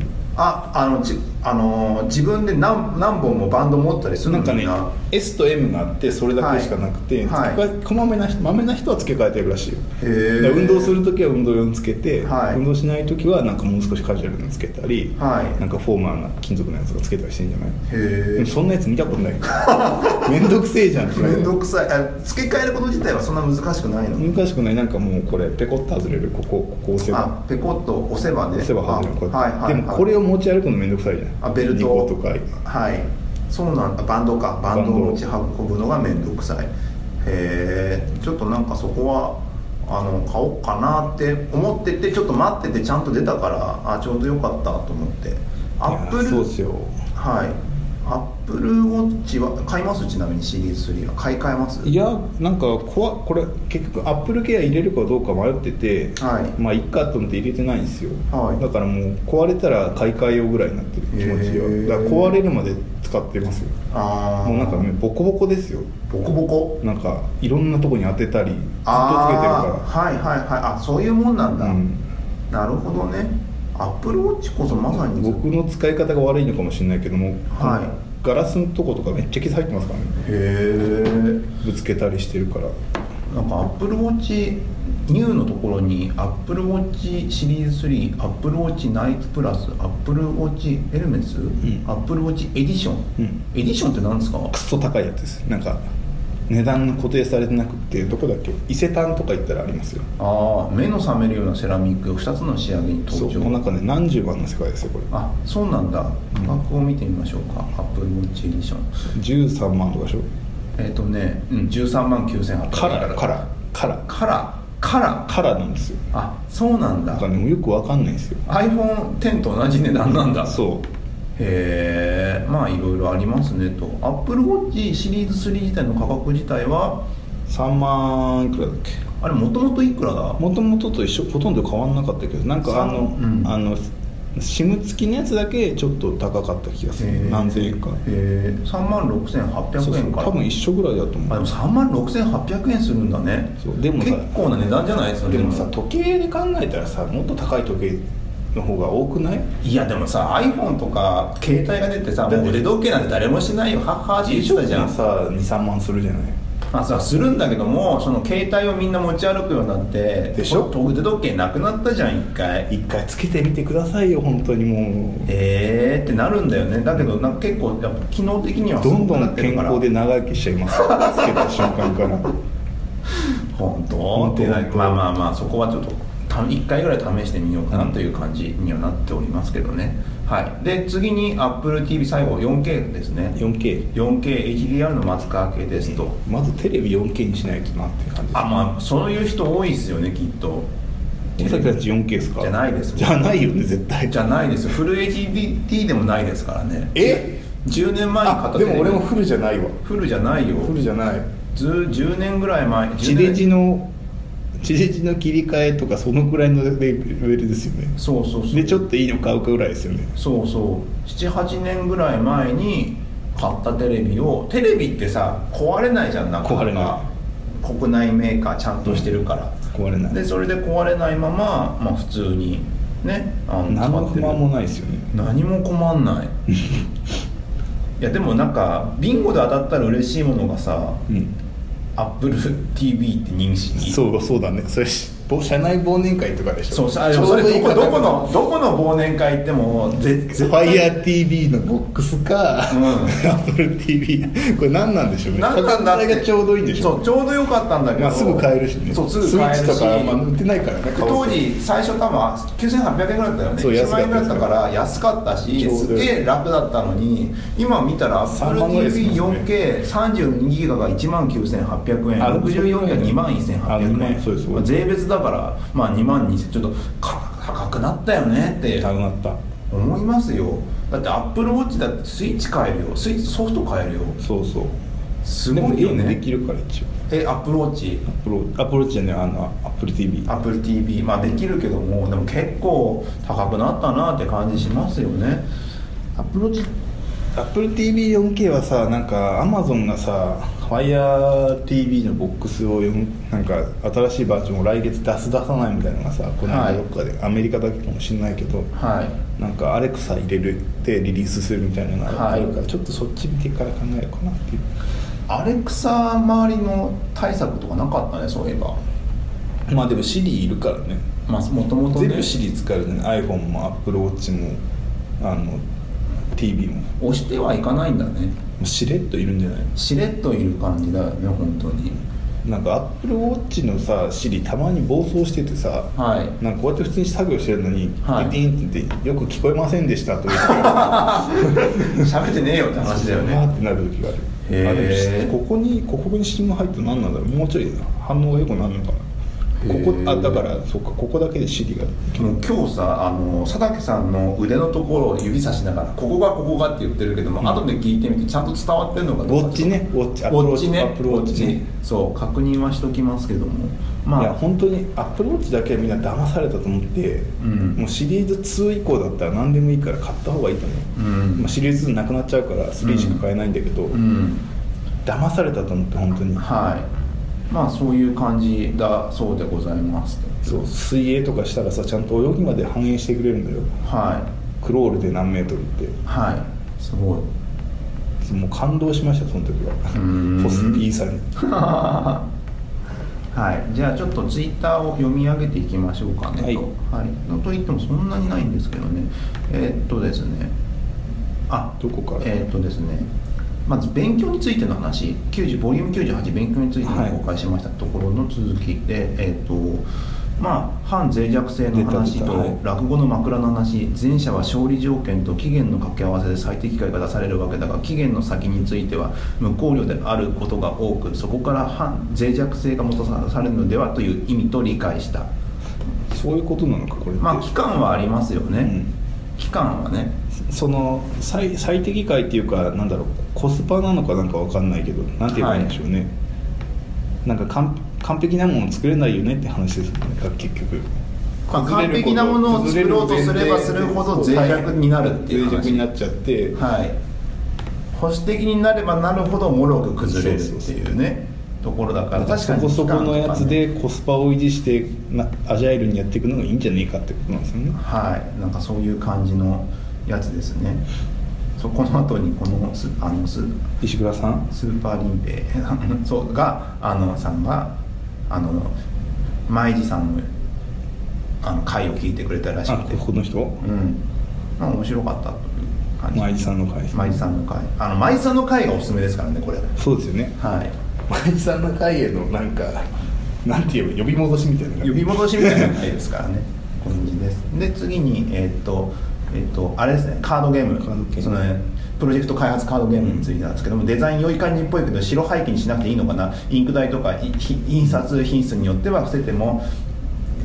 自分で何本もバンド持ったりするの？ なんかね S と M があってそれだけしかなくて、はい、まめな人は付け替えてるらしいよ。へ運動するときは運動用につけて、はい、運動しないときはなんかもう少しカジュアルにつけたり、はい、なんかフォーマルな金属のやつがつけたりしてんじゃない？へでもそんなやつ見たことないめんどくせえじゃん。 めんどくさい。付け替えること自体はそんな難しくないの？ 難しくない。なんかもうこれペコッと外れるここ押せばペコッと押せばね外れるこうやって、はいはいはい、でもこれを持ち歩くのめんどくさいじゃん。 ベルト 2個とかはいそうなんだ。バンドを持ち運ぶのがめんどくさい。へえちょっとなんかそこは買おうかなって思っててちょっと待っててちゃんと出たからちょうどよかったと思ってアップルそうですよ。 はいアップルウォッチは買います？ちなみにシリーズ3は買い替えます？ いやなんかこれ結局アップルケア入れるかどうか迷ってて、はい、まあいっかと思って入れてないんですよ、はい、だからもう壊れたら買い替えようぐらいになってる気持ちは。だから壊れるまで使ってますよ。もうなんかねボコボコですよ。 ボコボコなんかいろんなとこに当てたりずっとつけてるから。 はいはいはいそういうもんなんだ、なるほどね。アップルウォッチこそまさに僕の使い方が悪いのかもしれないけども、はい、ガラスのとことかめっちゃ傷入ってますからね。へえぶつけたりしてるから。 なんかアップルウォッチニューのところにアップルウォッチシリーズ3アップルウォッチナイトプラスアップルウォッチエルメス、アップルウォッチエディション、エディションって何ですか？ クソ高いやつです。なんか値段固定されてなくてどこだっけ伊勢丹とか行ったらありますよ。 目の覚めるようなセラミック2つの仕上げに登場。 そうもうなんかね何十万の世界ですよこれ。 そうなんだ。価格を見てみましょうか。アップルウォッチエディション 13万とかでしょ。 13万9800円カラーなんですよ。 そうなんだ。 なんかねよくわかんないんですよ。 iPhone X と同じ値段なんだ。 そうへえいろいろありますねと。アップルウォッチシリーズ3自体の価格自体は 3万いくらだっけ。 あれもともといくらだ？ もともとと一緒ほとんど変わんなかったけどなんかSIM 付きのやつだけちょっと高かった気がする。何千円か。 3万6800円か。 多分一緒ぐらいだと思う。 でも3万6800円するんだね。でも結構な値段じゃないですか。 でもさ時計で考えたらさもっと高い時計の方が多くない？ いやでもさ iPhone とか携帯が出てさもう腕時計なんて誰もしないよはっはーって言ってたじゃん。 さ 2,3 万するじゃない。 するんだけどもその携帯をみんな持ち歩くようになってでしょ。 腕時計なくなったじゃん。一回つけてみてくださいよ本当にもうってなるんだよね。だけどなんか結構やっぱ機能的にはどんどん健康で長生きしちゃいますつけた瞬間から本当まあそこはちょっと1回ぐらい試してみようかなという感じにはなっておりますけどね。はい、で次に Apple TV 最後 4K ですね。 4K HDR の松川系ですと、 まずテレビ 4K にしないとなっていう感じです、 そういう人多いですよねきっと。 大崎ランチ 4K ですか？ じゃないです。 じゃないよね絶対。 じゃないです。フル HD でもないですからね。10年前に買ったでも俺もフルじゃないわ。 フルじゃないよ。 フルじゃない。 10年ぐらい前。 地デジの切り替えとかそのくらいのレベルですよね。 そうでちょっといいの買うかぐらいですよね。 そう78年ぐらい前に買ったテレビってさ壊れないじゃん。なんか壊れない。 国内メーカーちゃんとしてるから、 壊れない。 でそれで壊れないまま、普通にね何の不満もないですよね。 何も困んないいやでもなんかビンゴで当たったら嬉しいものがさ、Apple TV って認識。 そうだね。それ社内忘年会とかでしょ。 それどこの忘年会行っても FireTV のボックスか、Apple TV これ何なんでしょうね。 何なんだって。 がちょうどいいんでしょうね。 ちょうどよかったんだけど、 すぐ買えるしね。 そうすぐ買えるし、 スイッチとか売ってないからね。 当時最初多分9800円ぐらいだったよね。1万円ぐらいだったから安かったし、すげえ楽だったのに、今見たら Apple TV4K32 ギガが19800円、64ギガ21800円、税別だから2万2000円、ちょっと高くなったよねって高くなった思いますよ。だって Apple Watch だってスイッチ買えるよ、スイッチソフト買えるよ。 そうすごいよね。 できるから一応 Apple Watch じゃねApple TV できるけども、でも結構高くなったなって感じしますよね。 Apple TV4K はさ、なんか Amazon がさ FireTV のボックスをなんか新しいバージョンを来月出さないみたいなのがさ、この間どっかで、アメリカだけかもしれないけど、なんかアレクサ入れるってリリースするみたいなのがあるから、ちょっとそっち見てから考えようかなっていう。 アレクサ周りの対策とかなかったね、そういえば。 でも Siri いるからね。 もともと全部 Siri 使えるね。 iPhone も Apple Watch もTV も押してはいかないんだね。 しれっといるんじゃない？ しれっといる感じだよね、本当に。 なんか Apple Watch のさ Siri たまに暴走しててさ、なんかこうやって普通に作業してるのに「ピティン」って言って「よく聞こえませんでした」と言って喋ってねえよって話だよね。 わーってなる時がある。ここに SIM 入って何なんだろう。もうちょい反応がよくなるのかな。だからそうか、ここだけで Siri がもう今日さ佐竹さんの腕のところを指さしながらここがって言ってるけども、後で聞いてみてちゃんと伝わってるのかどうか。 ウォッチね、 ウォッチね、そう確認はしときますけども、 いや本当に Apple Watch だけはみんな騙されたと思って、もうシリーズ2以降だったら何でもいいから買った方がいいと思う。シリーズ2なくなっちゃうから3しか買えないんだけど、騙されたと思って本当に。 そういう感じだそうでございます。 そう、水泳とかしたらさ、ちゃんと泳ぎまで反映してくれるんだよ。クロールで何メートルって。すごい。もう感動しましたその時は。ホスピーさんに。 じゃあちょっとツイッターを読み上げていきましょうかねと。といってもそんなにないんですけどね。ですね。 どこから？ ですね。まず勉強についての話、ボリューム98勉強について公開しましたところの続きで、反脆弱性の話と落語の枕の話、前者は勝利条件と期限の掛け合わせで最適解が出されるわけだが、期限の先については無考慮であることが多く、そこから反脆弱性がもたされるのではという意味と理解した。 そういうことなのか、これって。 期間はありますよね、期間はね。 その最適解っていうか、なんだろう、コスパなのかなんか分かんないけど、なんて言えばいいんでしょうね、なんか完璧なもの作れないよねって話ですよね、結局。 完璧なものを作ろうとすればするほど脆弱になるっていう話。 脆弱になっちゃって、 保守的になればなるほどもろく崩れるっていうねところだから、 確かにそこのやつでコスパを維持してアジャイルにやっていくのがいいんじゃねえかってことなんですよね。 なんかそういう感じのやつですね。そこの後にこの石倉さん、 スーパーリンペイそうがさんが舞司さんの回を聞いてくれたらしくて、 この人面白かったという感じ。 舞司さんの回、 舞司さんの回、舞司さんの回がおすすめですからね、これ。 そうですよね。舞司さんの回へのなんかなんていう呼び戻しみたいな呼び戻しみたいな回ですからね感じです。で次にあれですね、カードゲーム、そのプロジェクト開発カードゲームについてなんですけども、デザイン良い感じっぽいけど白背景にしなくていいのかな、インク代とか印刷品質によっては伏せても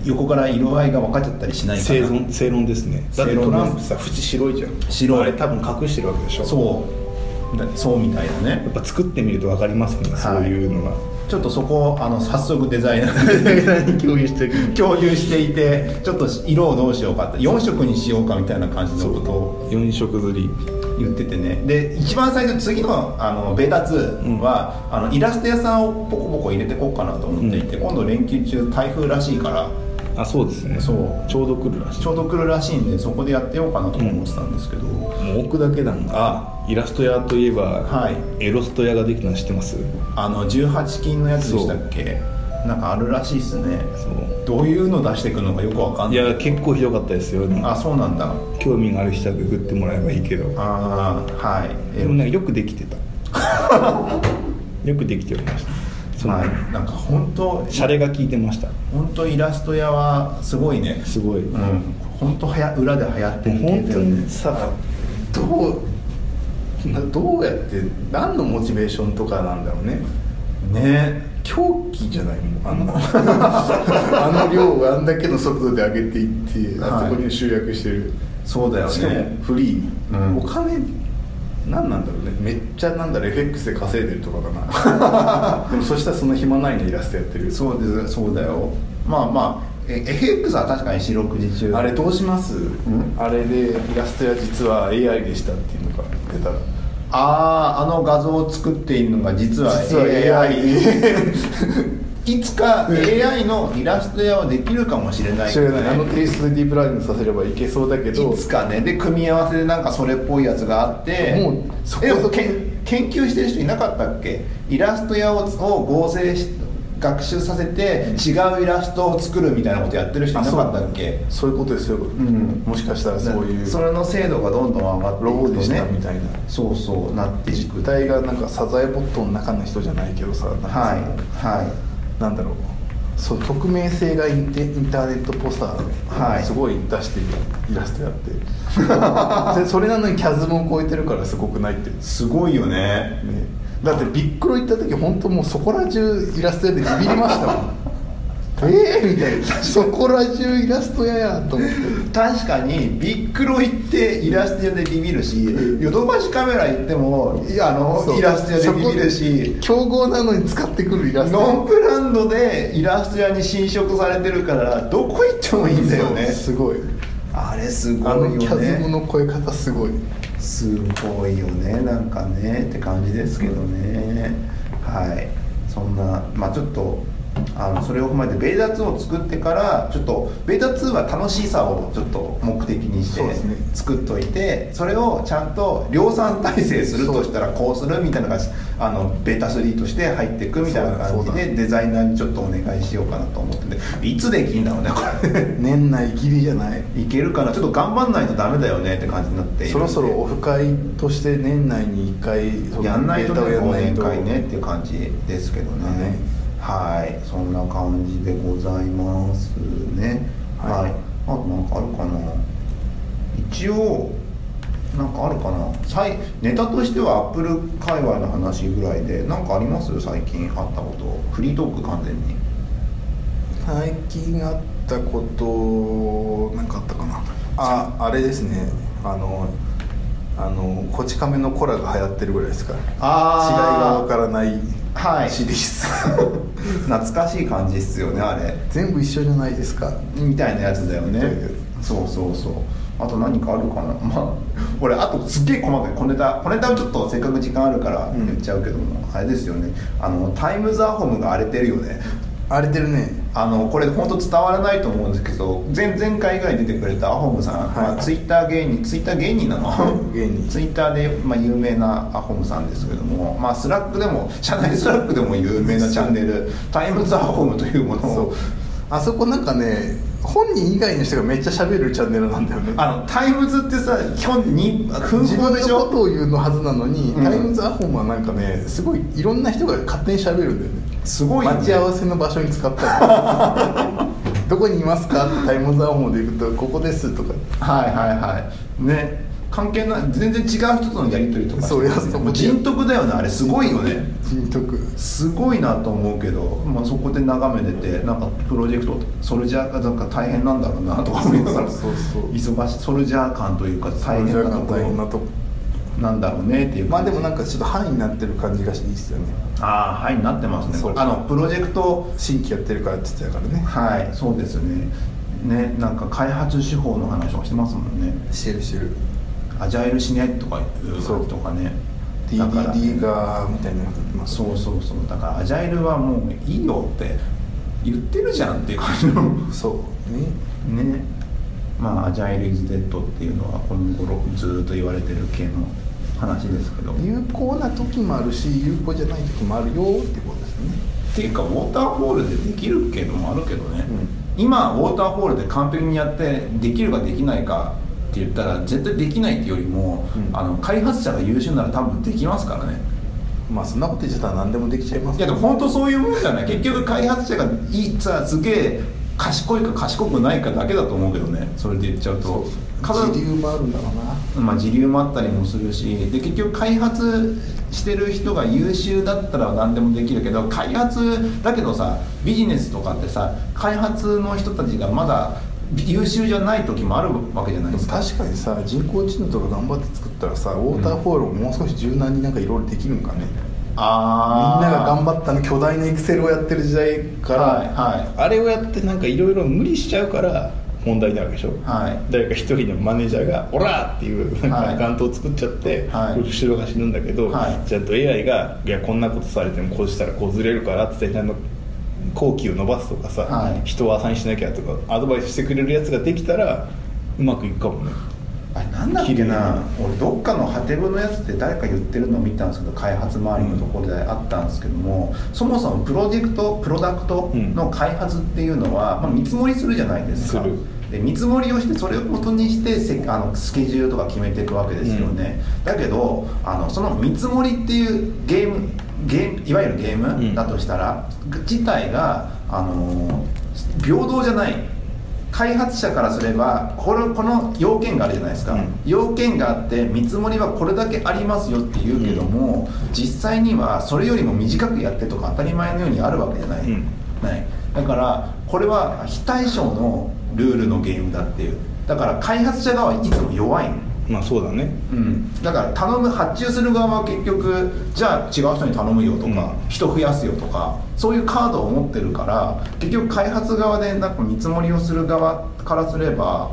横から色合いが分かっちゃったりしないかな。 正論ですね。だってトランプさ縁白いじゃん。 白い。 あれ多分隠してるわけでしょ。 そうみたいだね。 やっぱ作ってみると分かりますね、そういうのが。 ちょっとそこを早速デザイナーに共有していて、ちょっと色をどうしようかって4色にしようかみたいな感じのことを 4色刷り言っててね。で一番最初次のベータ2は、イラスト屋さんをポコポコ入れていこうかなと思っていて、今度連休中台風らしいから。 そうですね。 そうちょうど来るらしい。 ちょうど来るらしいんで、そこでやってようかなと思ってたんですけど、 もう置くだけなんだ。イラスト屋といえば、エロスト屋ができたの知ってます ？18金のやつでしたっけ？なんかあるらしいですね。どういうの出していくのかよくわかんない。 いや結構ひどかったですよ。 そうなんだ。 興味がある人はググってもらえばいいけど。でもよくできてた。よくできておりました。 なんか本当シャレが効いてました。 本当イラスト屋はすごいね。 すごい。 本当裏で流行ってる系だよね。 本当にさ、どうやって何のモチベーションとかなんだろうね。狂気じゃないもん。あの量をあんだけの速度で上げていって、あそこに集約してる。 そうだよね。 しかもフリー、お金何なんだろうね。めっちゃFX で稼いでるとかかな。でもそしたらその暇ないのイラストやってる。 そうだよ。FX は確かに四六時中。 あれどうします？あれでイラストや実は AI でしたっていうのが出たら、 画像を作っているのが実は AI いつか AI のイラスト屋はできるかもしれない、 テイストでディープラーニングさせればいけそうだけど、 いつかね。で組み合わせでなんかそれっぽいやつがあって、 もうそこ研究してる人いなかったっけ？イラスト屋を合成学習させて違うイラストを作るみたいなことやってる人いなかったっけ？ そういうことですよ。もしかしたらそういうそれの精度がどんどん上がっていくとね、 ロボでしたみたいな、 そうなっていく。 実体がなんかサザエボットの中の人じゃないけどさ、なんだろう、そう匿名性がインターネットっぽさ、すごい出してるイラストやってそれなのにキャズムを超えてるからすごくないって。 すごいよね。 だってビックロ行った時本当もうそこら中イラスト屋でビビりましたもんみたいな、そこら中イラスト屋やと思って。 確かにビックロ行ってイラスト屋でビビるし、ヨドバシカメラ行ってもイラスト屋でビビるし、 競合なのに使ってくるイラスト、 ノンブランドでイラスト屋に侵食されてるからどこ行ってもいいんだよね。 すごい、 あれすごいよね。 キャズムの超え方すごいよね。なんかねって感じですけどね。そんなちょっとそれを踏まえてベータ2を作ってから、ちょっとベータ2は楽しさをちょっと目的にして作っといて、それをちゃんと量産体制するとしたらこうするみたいなのがベータ3として入っていくみたいな感じで、デザイナーにちょっとお願いしようかなと思ってて、いつできんだろうねこれ年内ギリじゃない？ いけるかな。ちょっと頑張んないとダメだよねって感じになっている。 そろそろオフ会として年内に1回やんないとね、忘年会ねっていう感じですけどね。そんな感じでございますね。あとなんかあるかな。一応なんかあるかな。ネタとしてはアップル界隈の話ぐらいで、なんかあります？最近あったこと。フリートーク完全に。 最近あったことなんかあったかな。あれですね。こち亀のコラが流行ってるぐらいですから。違いがわからないシリーズ、 懐かしい感じですよね。あれ全部一緒じゃないですかみたいなやつだよね。そうあと何かあるかな。俺あとすっげえ細かい小ネタをちょっとせっかく時間あるから言っちゃうけども、あれですよね。タイムズアホムが荒れてるよね。 荒れてるね。 これ本当伝わらないと思うんですけど、前回ぐらい出てくれたアホムさん、ツイッター芸人なの芸人ツイッターで、有名なアホムさんですけども、スラックでも社内スラックでも有名なチャンネルタイムズアホムというものを、 あそこなんかね、本人以外の人がめっちゃ喋るチャンネルなんだよね。 タイムズってさ、基本に自分のことを言うのはずなのに、タイムズアホムはなんかね、すごいいろんな人が勝手に喋るんだよね。 すごいね。 待ち合わせの場所に使ったりどこにいますかってタイムズアホムで行くとここですとか。 ね。 関係ない全然違う人とのやり取りとかそうやもう人徳だよねあれすごいよね人徳すごいなと思うけど、まあ、そこで眺めててなんかプロジェクトそれじゃなんか大変なんだろうなとか思いながら忙しいソルジャー感というか大変なところなんだろうねっていうまあでもなんかちょっと範囲になってる感じがしていいですよね。 ああ範囲になってますね。プロジェクト新規やってるからって言ってたからね。 はいそうですね。なんか開発手法の話をしてますもんね。 してるアジャイルしないとかいうとかね DDD がみたいなこと言ってます、 そうだからアジャイルはもういいよって言ってるじゃんっていう感じのそうねまあアジャイルイズデッドっていうのはこの頃ずっと言われてる系の話ですけど有効な時もあるし有効じゃない時もあるよってことですね。 っていうかウォーターフォールでできるけどもあるけどね、今ウォーターフォールで完璧にやってできるかできないかって言ったら絶対できないっていうよりも、開発者が優秀なら多分できますからね。 まあそんなこと言ってたら何でもできちゃいます。 いやでも本当そういうもんじゃない結局開発者がすげえ賢いか賢くないかだけだと思うけどねそれで言っちゃうと自流もあるんだろうな。 まあ自流もあったりもするしで結局開発してる人が優秀だったら何でもできるけど開発だけどさビジネスとかってさ開発の人たちがまだ優秀じゃない時もあるわけじゃないですか。 確かにさ人工知能とか頑張って作ったらさウォーターフォールをもう少し柔軟になんかいろいろできるんかね、みんなが頑張ったの巨大なエクセルをやってる時代から、あれをやってなんかいろいろ無理しちゃうから問題になるでしょ、誰か一人のマネージャーがオラーっていうなんかガントを作っちゃって、後ろが死ぬんだけど、ちゃんと AI がいやこんなことされてもこうしたらこうずれるからってちゃんと工期を伸ばすとかさ、人をアサインしなきゃとかアドバイスしてくれるやつができたらうまくいくかもね。 あれなんだっけな俺どっかのハテブのやつで誰か言ってるのを見たんですけど開発周りのところであったんですけども、そもそもプロダクトの開発っていうのは、見積もりするじゃないですか。で見積もりをしてそれを元にしてスケジュールとか決めていくわけですよね、だけどその見積もりっていういわゆるゲームだとしたら、自体が平等じゃない。開発者からすればこの要件があるじゃないですか、要件があって見積もりはこれだけありますよって言うけども、実際にはそれよりも短くやってとか当たり前のようにあるわけじゃない、だからこれは非対称のルールのゲームだっていう。だから開発者側はいつも弱い。 まあそうだね、 だから発注する側は結局じゃあ違う人に頼むよとか、人増やすよとかそういうカードを持ってるから結局開発側でなんか見積もりをする側からすれば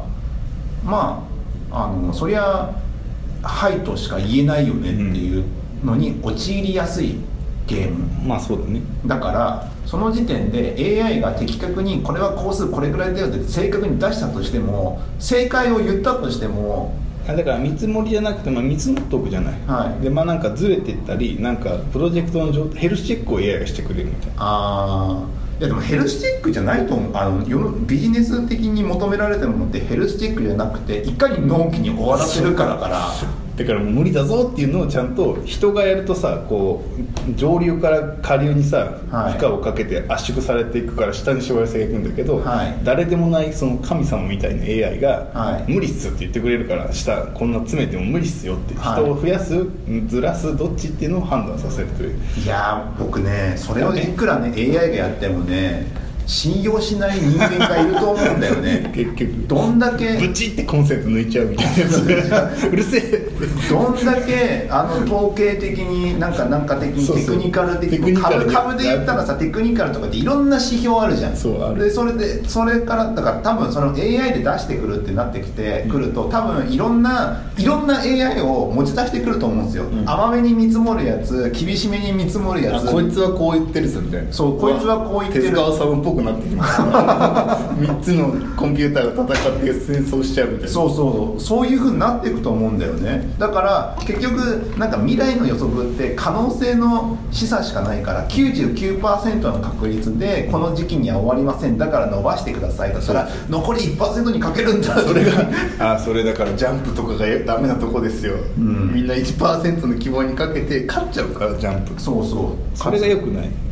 そりゃはいとしか言えないよねっていうのに陥りやすいゲーム、 まあそうだね。 だからその時点で AI が的確にこれは工数これぐらいだよって正確に出したとしても正解を言ったとしてもだから見積もりじゃなくて見積もっておくじゃない、でなんかずれていったりなんかプロジェクトのヘルスチェックを AI がしてくれるみたいな。 いやでもヘルスチェックじゃないと思う。ビジネス的に求められてるものってヘルスチェックじゃなくていかに納期に終わらせるからだからもう無理だぞっていうのをちゃんと人がやるとさこう上流から下流にさ負荷をかけて圧縮されていくから下にしわ寄せがいくんだけど、誰でもないその神様みたいな AI が、無理っすって言ってくれるから下こんな詰めても無理っすよって人を増やす、ずらすどっちっていうのを判断させてくれる。 いや僕ねそれをいくらね AI がやってもね信用しない人間がいると思うんだよね結局どんだけブチってコンセント抜いちゃうみたいなうるせえどんだけ統計的になんか的にテクニカル的に株で言ったらさテクニカルとかっていろんな指標あるじゃん。でそれからだから多分その AI で出してくるってなってくると多分いろんな AI を持ち出してくると思うんですよ、甘めに見積もるやつ厳しめに見積もるやつこいつはこう言ってるぞみたいな。 そうこいつはこう言ってる手塚治虫っぽくなってきます3つのコンピューターが戦って戦争しちゃうみたいな。 そういう風になっていくと思うんだよね。だから結局なんか未来の予測って可能性の示唆しかないから 99% の確率でこの時期には終わりませんだから伸ばしてくださいだったら残り 1% にかけるんだそれがそれだからジャンプとかがダメなとこですよ、みんな 1% の希望にかけて勝っちゃうからジャンプそれが良くない。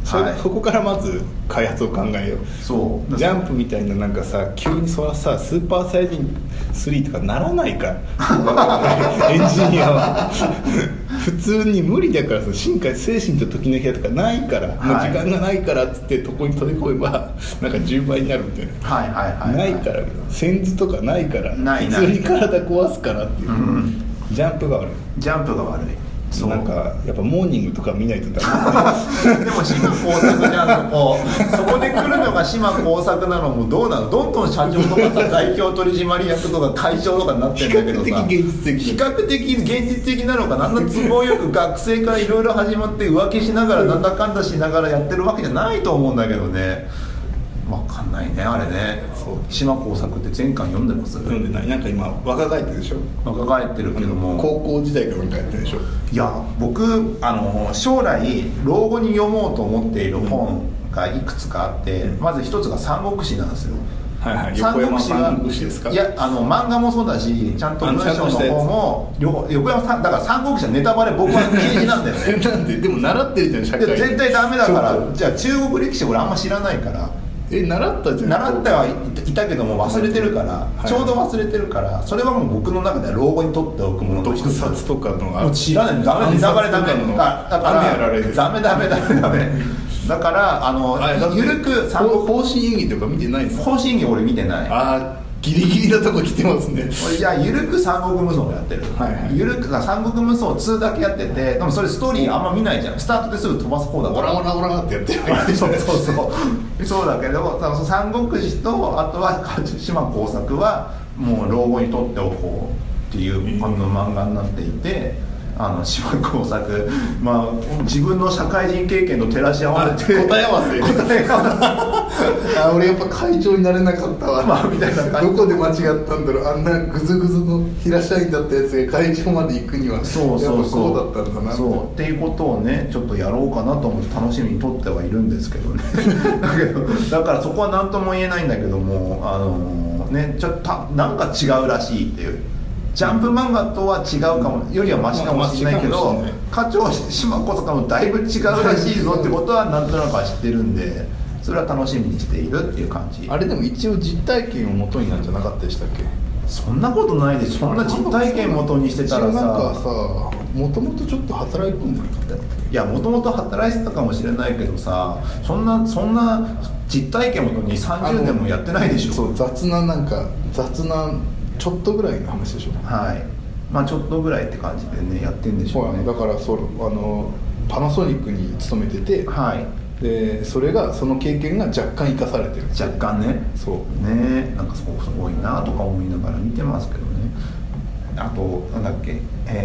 はい、 そこからまず開発を考えよう。 そうジャンプみたいななんかさ急にそらさスーパーサイヤ人3とかならないからエンジニアは普通に無理だからさ、進化精神と時の部屋とかないから、もう時間がないからっつってとこに飛び込めばなんか10倍になるみたいな、 はいはいはい、 ないからセンズとかないから普通に体壊すからっていう、ジャンプが悪い。 ジャンプが悪い。 そうなんかやっぱモーニングとか見ないとダメでも島耕作じゃんとそこで来るのが島耕作なのもどうなの、どんどん社長とかさ代表取締役とか会長とかになってるんだけどさ、比較的現実的なのかな、あんな都合よく学生からいろいろ始まって浮気しながらなんだかんだしながらやってるわけじゃないと思うんだけどね。分かんないねあれね。島耕作って全巻読んでます？ 読んでない。なんか今若返ってるでしょ。 若返ってるけども高校時代かなんかやってるでしょ。 いや僕将来老後に読もうと思っている本がいくつかあって、まず一つが三国志なんですよ。 はいはい、横山三国志ですか？ いや漫画もそうだしちゃんと文章の方も横山さんだから三国志はネタバレ僕は禁止なんだよねなんででも習ってるじゃん社会で。 絶対ダメだから。じゃあ中国歴史俺あんま知らないから。 習ったじゃん。 習ってはいたけども忘れてるから、はい、ちょうど忘れてるからそれはもう僕の中では老後に取っておくものの一つ。 特撮とかのもう知らない。ダメダメだからダメだからゆるく方針演技とか見てないんですか？ 方針演技俺見てない。 あギリギリなとこ来てますね。 いやゆるく三国無双をやってる、はいはい、ゆるく三国無双2だけやってて、でもそれストーリーあんま見ないじゃん。スタートですぐ飛ばす方だから、 オラオラオラってやってるそうだけど三国志とあとは島耕作はもう老後に取っておこうっていう漫画になっていて、島耕作、まあ、自分の社会人経験と照らし合わせて答え合わせ俺やっぱ会長になれなかったわ、 まあ、みたいな感じ。 どこで間違ったんだろう。あんなグズグズの平社員だったやつが会長まで行くにはそうやっぱこうだったんだなっていうことをねちょっとやろうかなと思って楽しみにとってはいるんですけどねだからそこは何とも言えないんだけどもちょっとなんか違うらしいっていう。ジャンプ漫画とは違うかも、よりはマシかもしれないけど、課長島耕作もだいぶ違うらしいぞってことはなんとなくは知ってるんで、それは楽しみにしているっていう感じ。 あれでも一応実体験を元になんじゃなかったでしたっけ？ そんなことないでしょ。そんな実体験元にしてたらさ、 なんかさもともとちょっと働いてんじゃなかった？いやもともと働いてたかもしれないけどさ、そんな実体験元に30年もやってないでしょ。 そう雑なちょっとぐらいの話でしょ。 はい、まあちょっとぐらいって感じでねやってんでしょうね。 だからパナソニックに勤めてて、はい、でその経験が若干生かされてる。 若干ね。 そうね、なんかすごいなとか思いながら見てますけどね。あとなんだっけ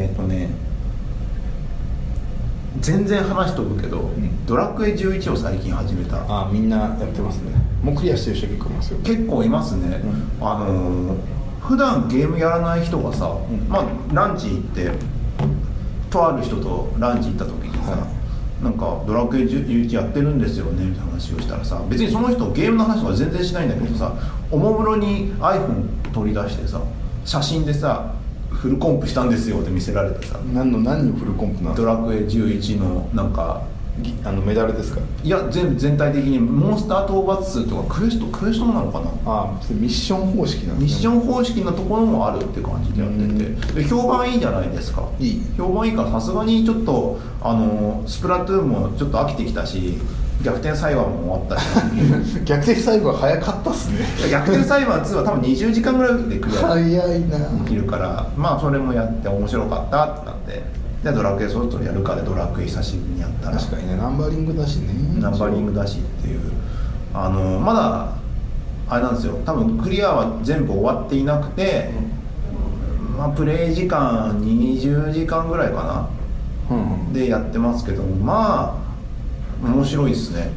全然話飛ぶけど、ドラクエ11を最近始めた。 あみんなやってますね。もうクリアしてる人結構いますよ。 結構いますね、普段ゲームやらない人がさ、まあランチ行ってとある人とランチ行った時にさ、なんかドラクエ11やってるんですよねみたいな話をしたらさ、別にその人ゲームの話とか全然しないんだけどさ、おもむろに iPhone 取り出してさ写真でさフルコンプしたんですよって見せられてさ、 何のフルコンプなんですか？ ドラクエ11のなんかメダルですか？ いや全体的にモンスター討伐数とかクエストなのかな。 ミッション方式なんですね。ミッション方式のところもあるって感じでやってて、で評判いいじゃないですか。評判いいからさすがにちょっとスプラトゥーンもちょっと飽きてきたし、逆転裁判も終わったし逆転裁判早かったっすね。 逆転裁判2は多分20時間ぐらいでクリア早いなできるから、まあそれもやって面白かったってなって、でドラクエそろそろやるかでドラクエ久しぶりにやったら、 確かにね、ナンバリングだしっていうまだあれなんですよ。多分クリアは全部終わっていなくて、まあプレイ時間20時間ぐらいかな、でやってますけど、まあ面白いですね。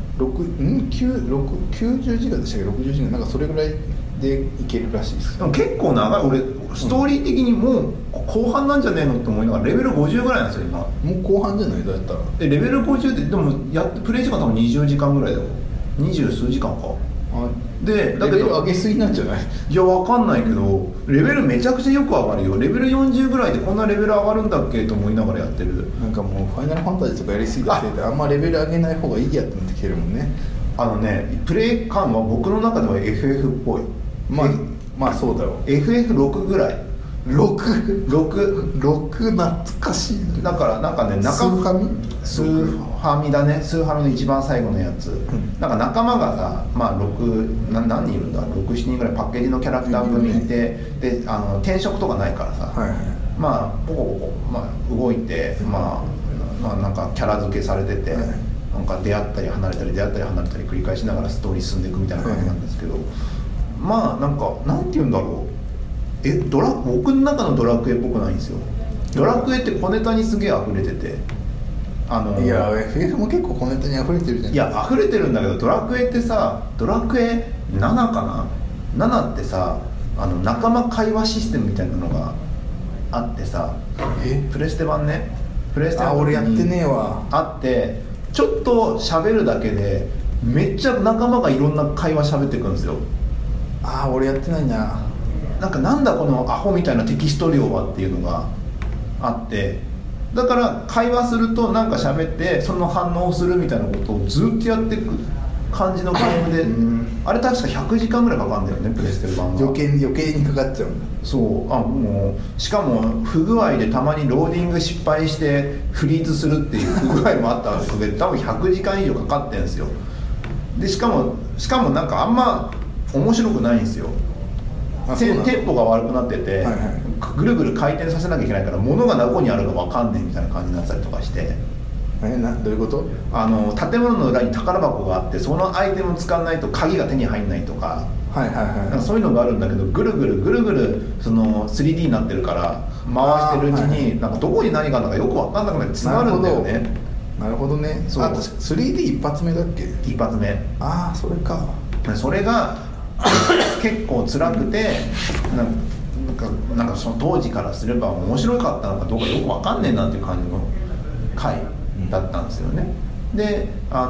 90時間でしたっけ？60時間なんかそれぐらいでいけるらしいです。 でも結構長い。俺ストーリー的にもう後半なんじゃねえのって思いながらレベル50ぐらいなんですよ今。 もう後半じゃないだったら。 レベル50ででもプレイ時間多分20時間ぐらいだよ。20数時間か。 でだけどレベル上げすぎなんじゃない？ いやわかんないけどレベルめちゃくちゃよく上がるよ。レベル40ぐらいでこんなレベル上がるんだっけと思いながらやってる。 なんかもうファイナルファンタジーとかやりすぎたせいであんまレベル上げない方がいいやってなってきてるもんね。 プレイ感は僕の中では FF っぽい。 まあそうだろう。 FF6 ぐらい。 6懐かしい。 だからなんかねスーファミだね。スーファミの一番最後のやつ、なんか仲間がさ、まあ何人いるんだ、67人ぐらいパッケージのキャラクター組いて、で転職とかないからさ、まあポコポコ、まあ、動いて、まあなんかキャラ付けされてて、なんか出会ったり離れたり出会ったり離れたり繰り返しながらストーリー進んでいくみたいな感じなんですけど、まあなんかなんて言うんだろう、僕の中のドラクエっぽくないんですよ。ドラクエって小ネタにすげえ溢れてて、 いや FF も結構小ネタに溢れてるじゃん。 いや溢れてるんだけど、ドラクエってさ、ドラクエ7かな、7ってさ、仲間会話システムみたいなのがあってさ、プレステ版ね、プレステ版俺やってねえわ。 あって、ちょっと喋るだけでめっちゃ仲間がいろんな会話喋ってくるんですよ。 俺やってないな。 なんだこのアホみたいなテキスト量はっていうのがあって、だから会話するとなんか喋ってその反応をするみたいなことをずっとやっていく感じのゲームで、あれ確か100時間ぐらいかかるんだよね、プレステ版は。 余計にかかっちゃうんだ。 そう、もうしかも不具合でたまにローディング失敗してフリーズするっていう不具合もあったわけで多分100時間以上かかってるんですよ。でしかもなんかあんま面白くないんですよ。テンポが悪くなってて、ぐるぐる回転させなきゃいけないから物がどこにあるか分かんねえみたいな感じになったりとかして、 どういうこと？ 建物の裏に宝箱があって、そのアイテムを使わないと鍵が手に入んないとか、そういうのがあるんだけど、ぐるぐるその 3D になってるから回してるうちに、なんかどこに何があるのかよく分かんなくなって詰まるんだよね。 なるほどね。確か 3D 一発目だっけ？ 一発目。 それか。 それが結構辛くて、なんかその当時からすれば面白かったのかどうかよく分かんねえなっていう感じの回だったんですよね。で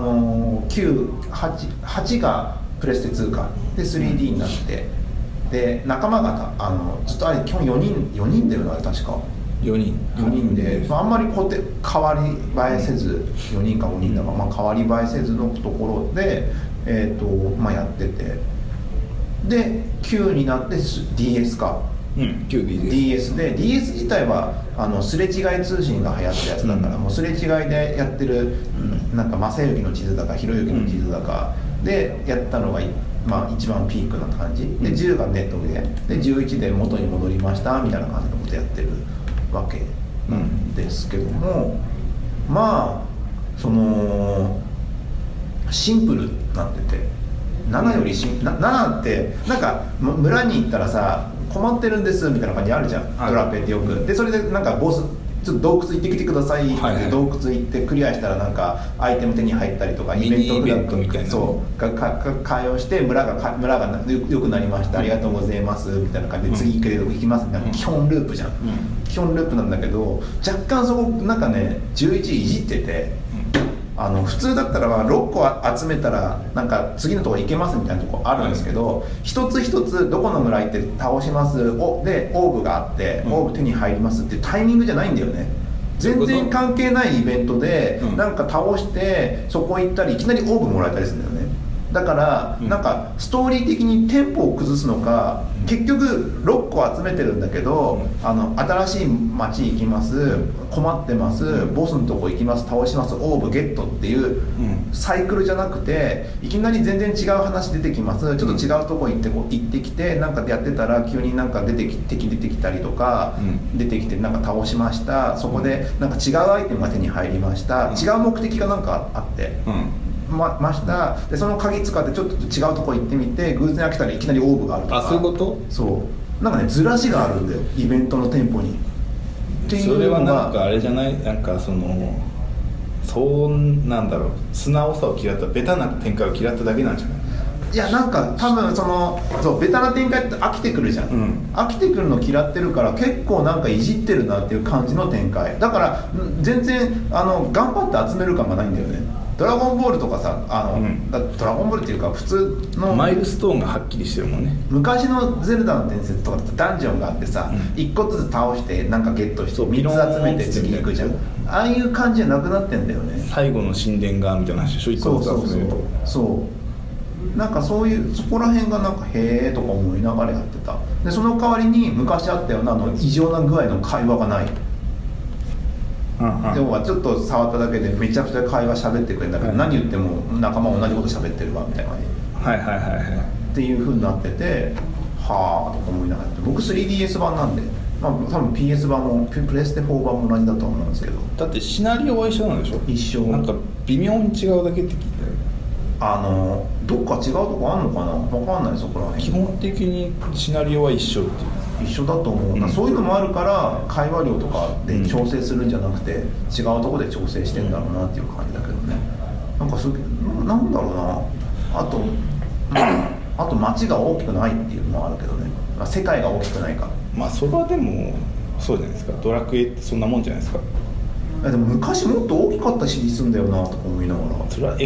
8がプレステ2かで 3D になって、で仲間がずっとあれ基本4人だよね、あれ確か4人で、あんまり変わり映えせず、4人か5人だか、変わり映えせずのところで、やってて、で9になって DS か、DS で DS 自体はすれ違い通信が流行ったやつだから、もうすれ違いでやってる、なんか正幸の地図だかひろゆきの地図だかでやったのが一番ピークな感じで、10がネットで11で元に戻りましたみたいな感じのことやってるわけなんですけども、そのシンプルになってて、7より7ってなんか村に行ったらさ、困ってるんですみたいな感じあるじゃん、ドラクエってよく。でそれでなんかボスちょっと洞窟行ってきてくださいって、洞窟行ってクリアしたらなんかアイテム手に入ったりとか、イベントみたいな、会話して村が良くなりました、ありがとうございますみたいな感じで、次行く行きますみたいな基本ループじゃん、基本ループなんだけど、若干そこなんかね11いじってて、普通だったら6個集めたらなんか次のところ行けますみたいなところあるんですけど、一つ一つどこの村行って倒しますでオーブがあって、オーブ手に入りますっていうタイミングじゃないんだよね。全然関係ないイベントでなんか倒してそこ行ったりいきなりオーブもらえたりするんだよね。だからなんかストーリー的にテンポを崩すのか、結局6個集めてるんだけど、新しい町行きます、困ってます、ボスのとこ行きます、倒します、オーブゲットっていうサイクルじゃなくて、いきなり全然違う話出てきます、ちょっと違うとこ行ってきて、なんかやってたら急になんか敵出てきたりとか、出てきてなんか倒しました、そこでなんか違うアイテムが手に入りました、違う目的がなんかあって、ましたでその鍵使ってちょっと違うとこ行ってみて、偶然開けたらいきなりオーブがあるとか。 そういうこと？ そうなんかね、ずらしがあるんだよイベントのテンポにっていうのが。 それはなんかあれじゃない、なんかなんだろう、素直さを嫌った、ベタな展開を嫌っただけなんじゃない？ いやなんか多分そうベタな展開って飽きてくるじゃん、飽きてくるの嫌ってるから、結構なんかいじってるなっていう感じの展開だから、全然頑張って集める感がないんだよね。 ドラゴンボールとかさドラゴンボールっていうか普通のマイルストーンがはっきりしてるもんね。 昔のゼルダの伝説とかだとダンジョンがあってさ、1個ずつ倒してなんかゲットして3つ集めて次行くじゃん。ああいう感じじゃなくなってんだよね。 最後の神殿がみたいな話でしょ、1個ずつ集めると。 そうなんかそういうそこら辺がなんかへえとか思いながらやってた。でその代わりに昔あったような異常な具合の会話がない。要はちょっと触っただけでめちゃくちゃ会話喋ってくれるんだけど、何言っても仲間同じこと喋ってるわみたいな感じ、っていう風になってて、はあとか思いながら、僕 3DS 版なんで、まあ、多分 PS 版もプレステ4版も同じだと思うんですけど。 だってシナリオは一緒なんでしょ。 一緒。 なんか微妙に違うだけって聞いたよ。 どっか違うとこあんのかな、分かんないそこら辺。 基本的にシナリオは一緒っていう。 一緒だと思う、そういうのもあるから会話量とかで調整するんじゃなくて、違うところで調整してんだろうなっていう感じだけどね。なんかなんだろうな、あと街が大きくないっていうのもあるけどね、世界が大きくないか。 まあそれはでもそうじゃないですか、ドラクエってそんなもんじゃないですか。 でも昔もっと大きかったしすんだよなとか思いながら。 それは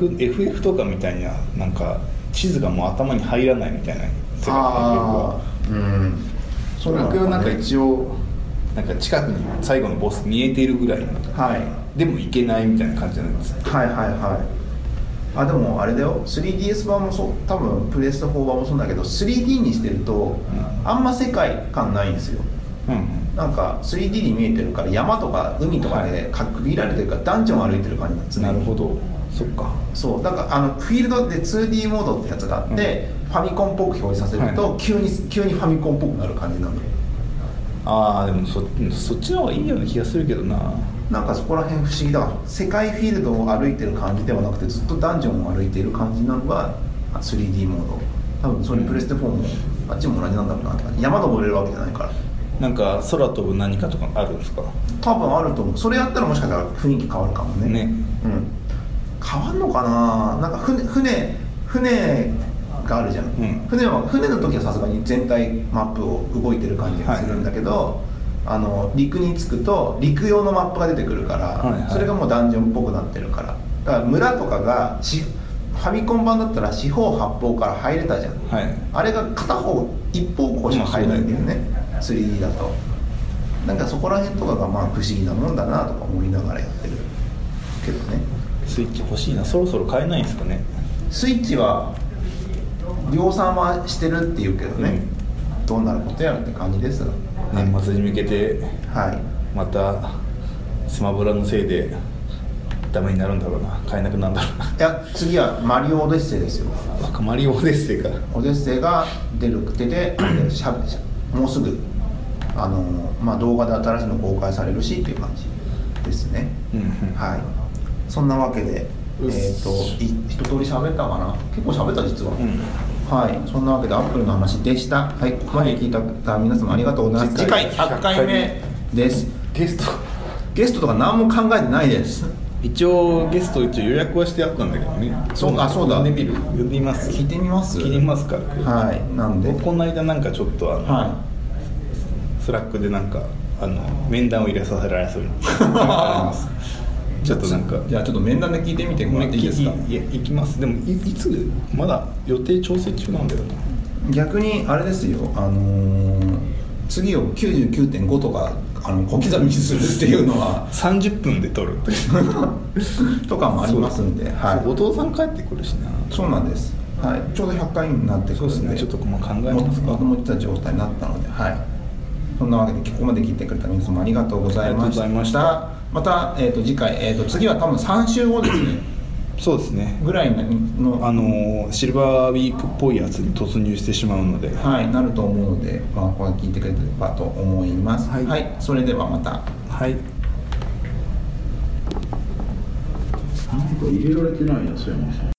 FF とかみたいな、なんか地図がもう頭に入らないみたいな世界の FF は。ドラクエはなんか一応なんか近くに最後のボス見えているぐらいの、でも行けないみたいな感じじゃないですか。 でもあれだよ、 3DS 版もそう、多分プレステ4版もそうだけど 3D にしてると、あんま世界観ないんですよ、なんか 3D に見えてるから山とか海とかで区切られてるから、ダンジョン歩いてる感じなんですね。 なるほど、そっか。 そうだからフィールドで 2D モードってやつがあって、ファミコンっぽく表示させると、急にファミコンっぽくなる感じなの。 でもそっちの方がいいような気がするけどな。 なんかそこら辺不思議だ。世界フィールドを歩いてる感じではなくて、ずっとダンジョンを歩いている感じなのが 3D モード。多分それプレステ4もあっちも同じなんだろうなって。山登れるわけじゃないから。 なんか空飛ぶ何かとかあるんですか。 多分あると思う。それやったらもしかしたら雰囲気変わるかもね。変わんのかな。なんか船があるじゃん、船の時はさすがに全体マップを動いてる感じがするんだけど、陸に着くと陸用のマップが出てくるから、それがもうダンジョンっぽくなってるから、だから村とかがファミコン版だったら四方八方から入れたじゃん、あれが片方一方向しか入らないんだよね、3D だと。なんかそこら辺とかがまあ不思議なもんだなとか思いながらやってるけどね。 スイッチ欲しいな。そろそろ買えないんですかね。 スイッチは量産はしてるっていうけどね、どうなることやるって感じですが、 年末に向けて、またスマブラのせいでダメになるんだろうな、買えなくなるんだろうな。いや次はマリオオデッセイですよ。 マリオオデッセイか。 オデッセイが出る手でもうすぐ動画で新しいの公開されるしっていう感じですね。そんなわけで一通り喋ったかな。結構喋った実は。そんなわけでアップルの話でした。ここまで聞いた皆様ありがとうございます。次回100回目です。ゲストとか何も考えてないです。 一応ゲスト予約はしてあったんだけどね。 そうだ。呼んでみます。 聞いてみます。 聞いてみますから。 なんでこの間なんかちょっとスラックでなんか面談を入れさせられそうにあります。ちょっとなんかじゃあちょっと面談で聞いてみてもらっていいですか。 行きます。でもいつまだ予定調整中なんだよな。 逆にあれですよ、次を 99.5 とか小刻みにするっていうのは 30分で撮るとかもありますんで、 お父さん帰ってくるしな。 そうなんです、ちょうど100回になってくるんで、 ちょっと考えますか。 まともった状態になったので、そんなわけでここまで聞いてくれた皆様ありがとうございました。また、次回、次は多分3週後ですね。 そうですね。 ぐらいのシルバーウィークっぽいやつに突入してしまうので、 なると思うので、これ聞いてくれればと思います。それではまた。 何か入れられてないな、そうやね。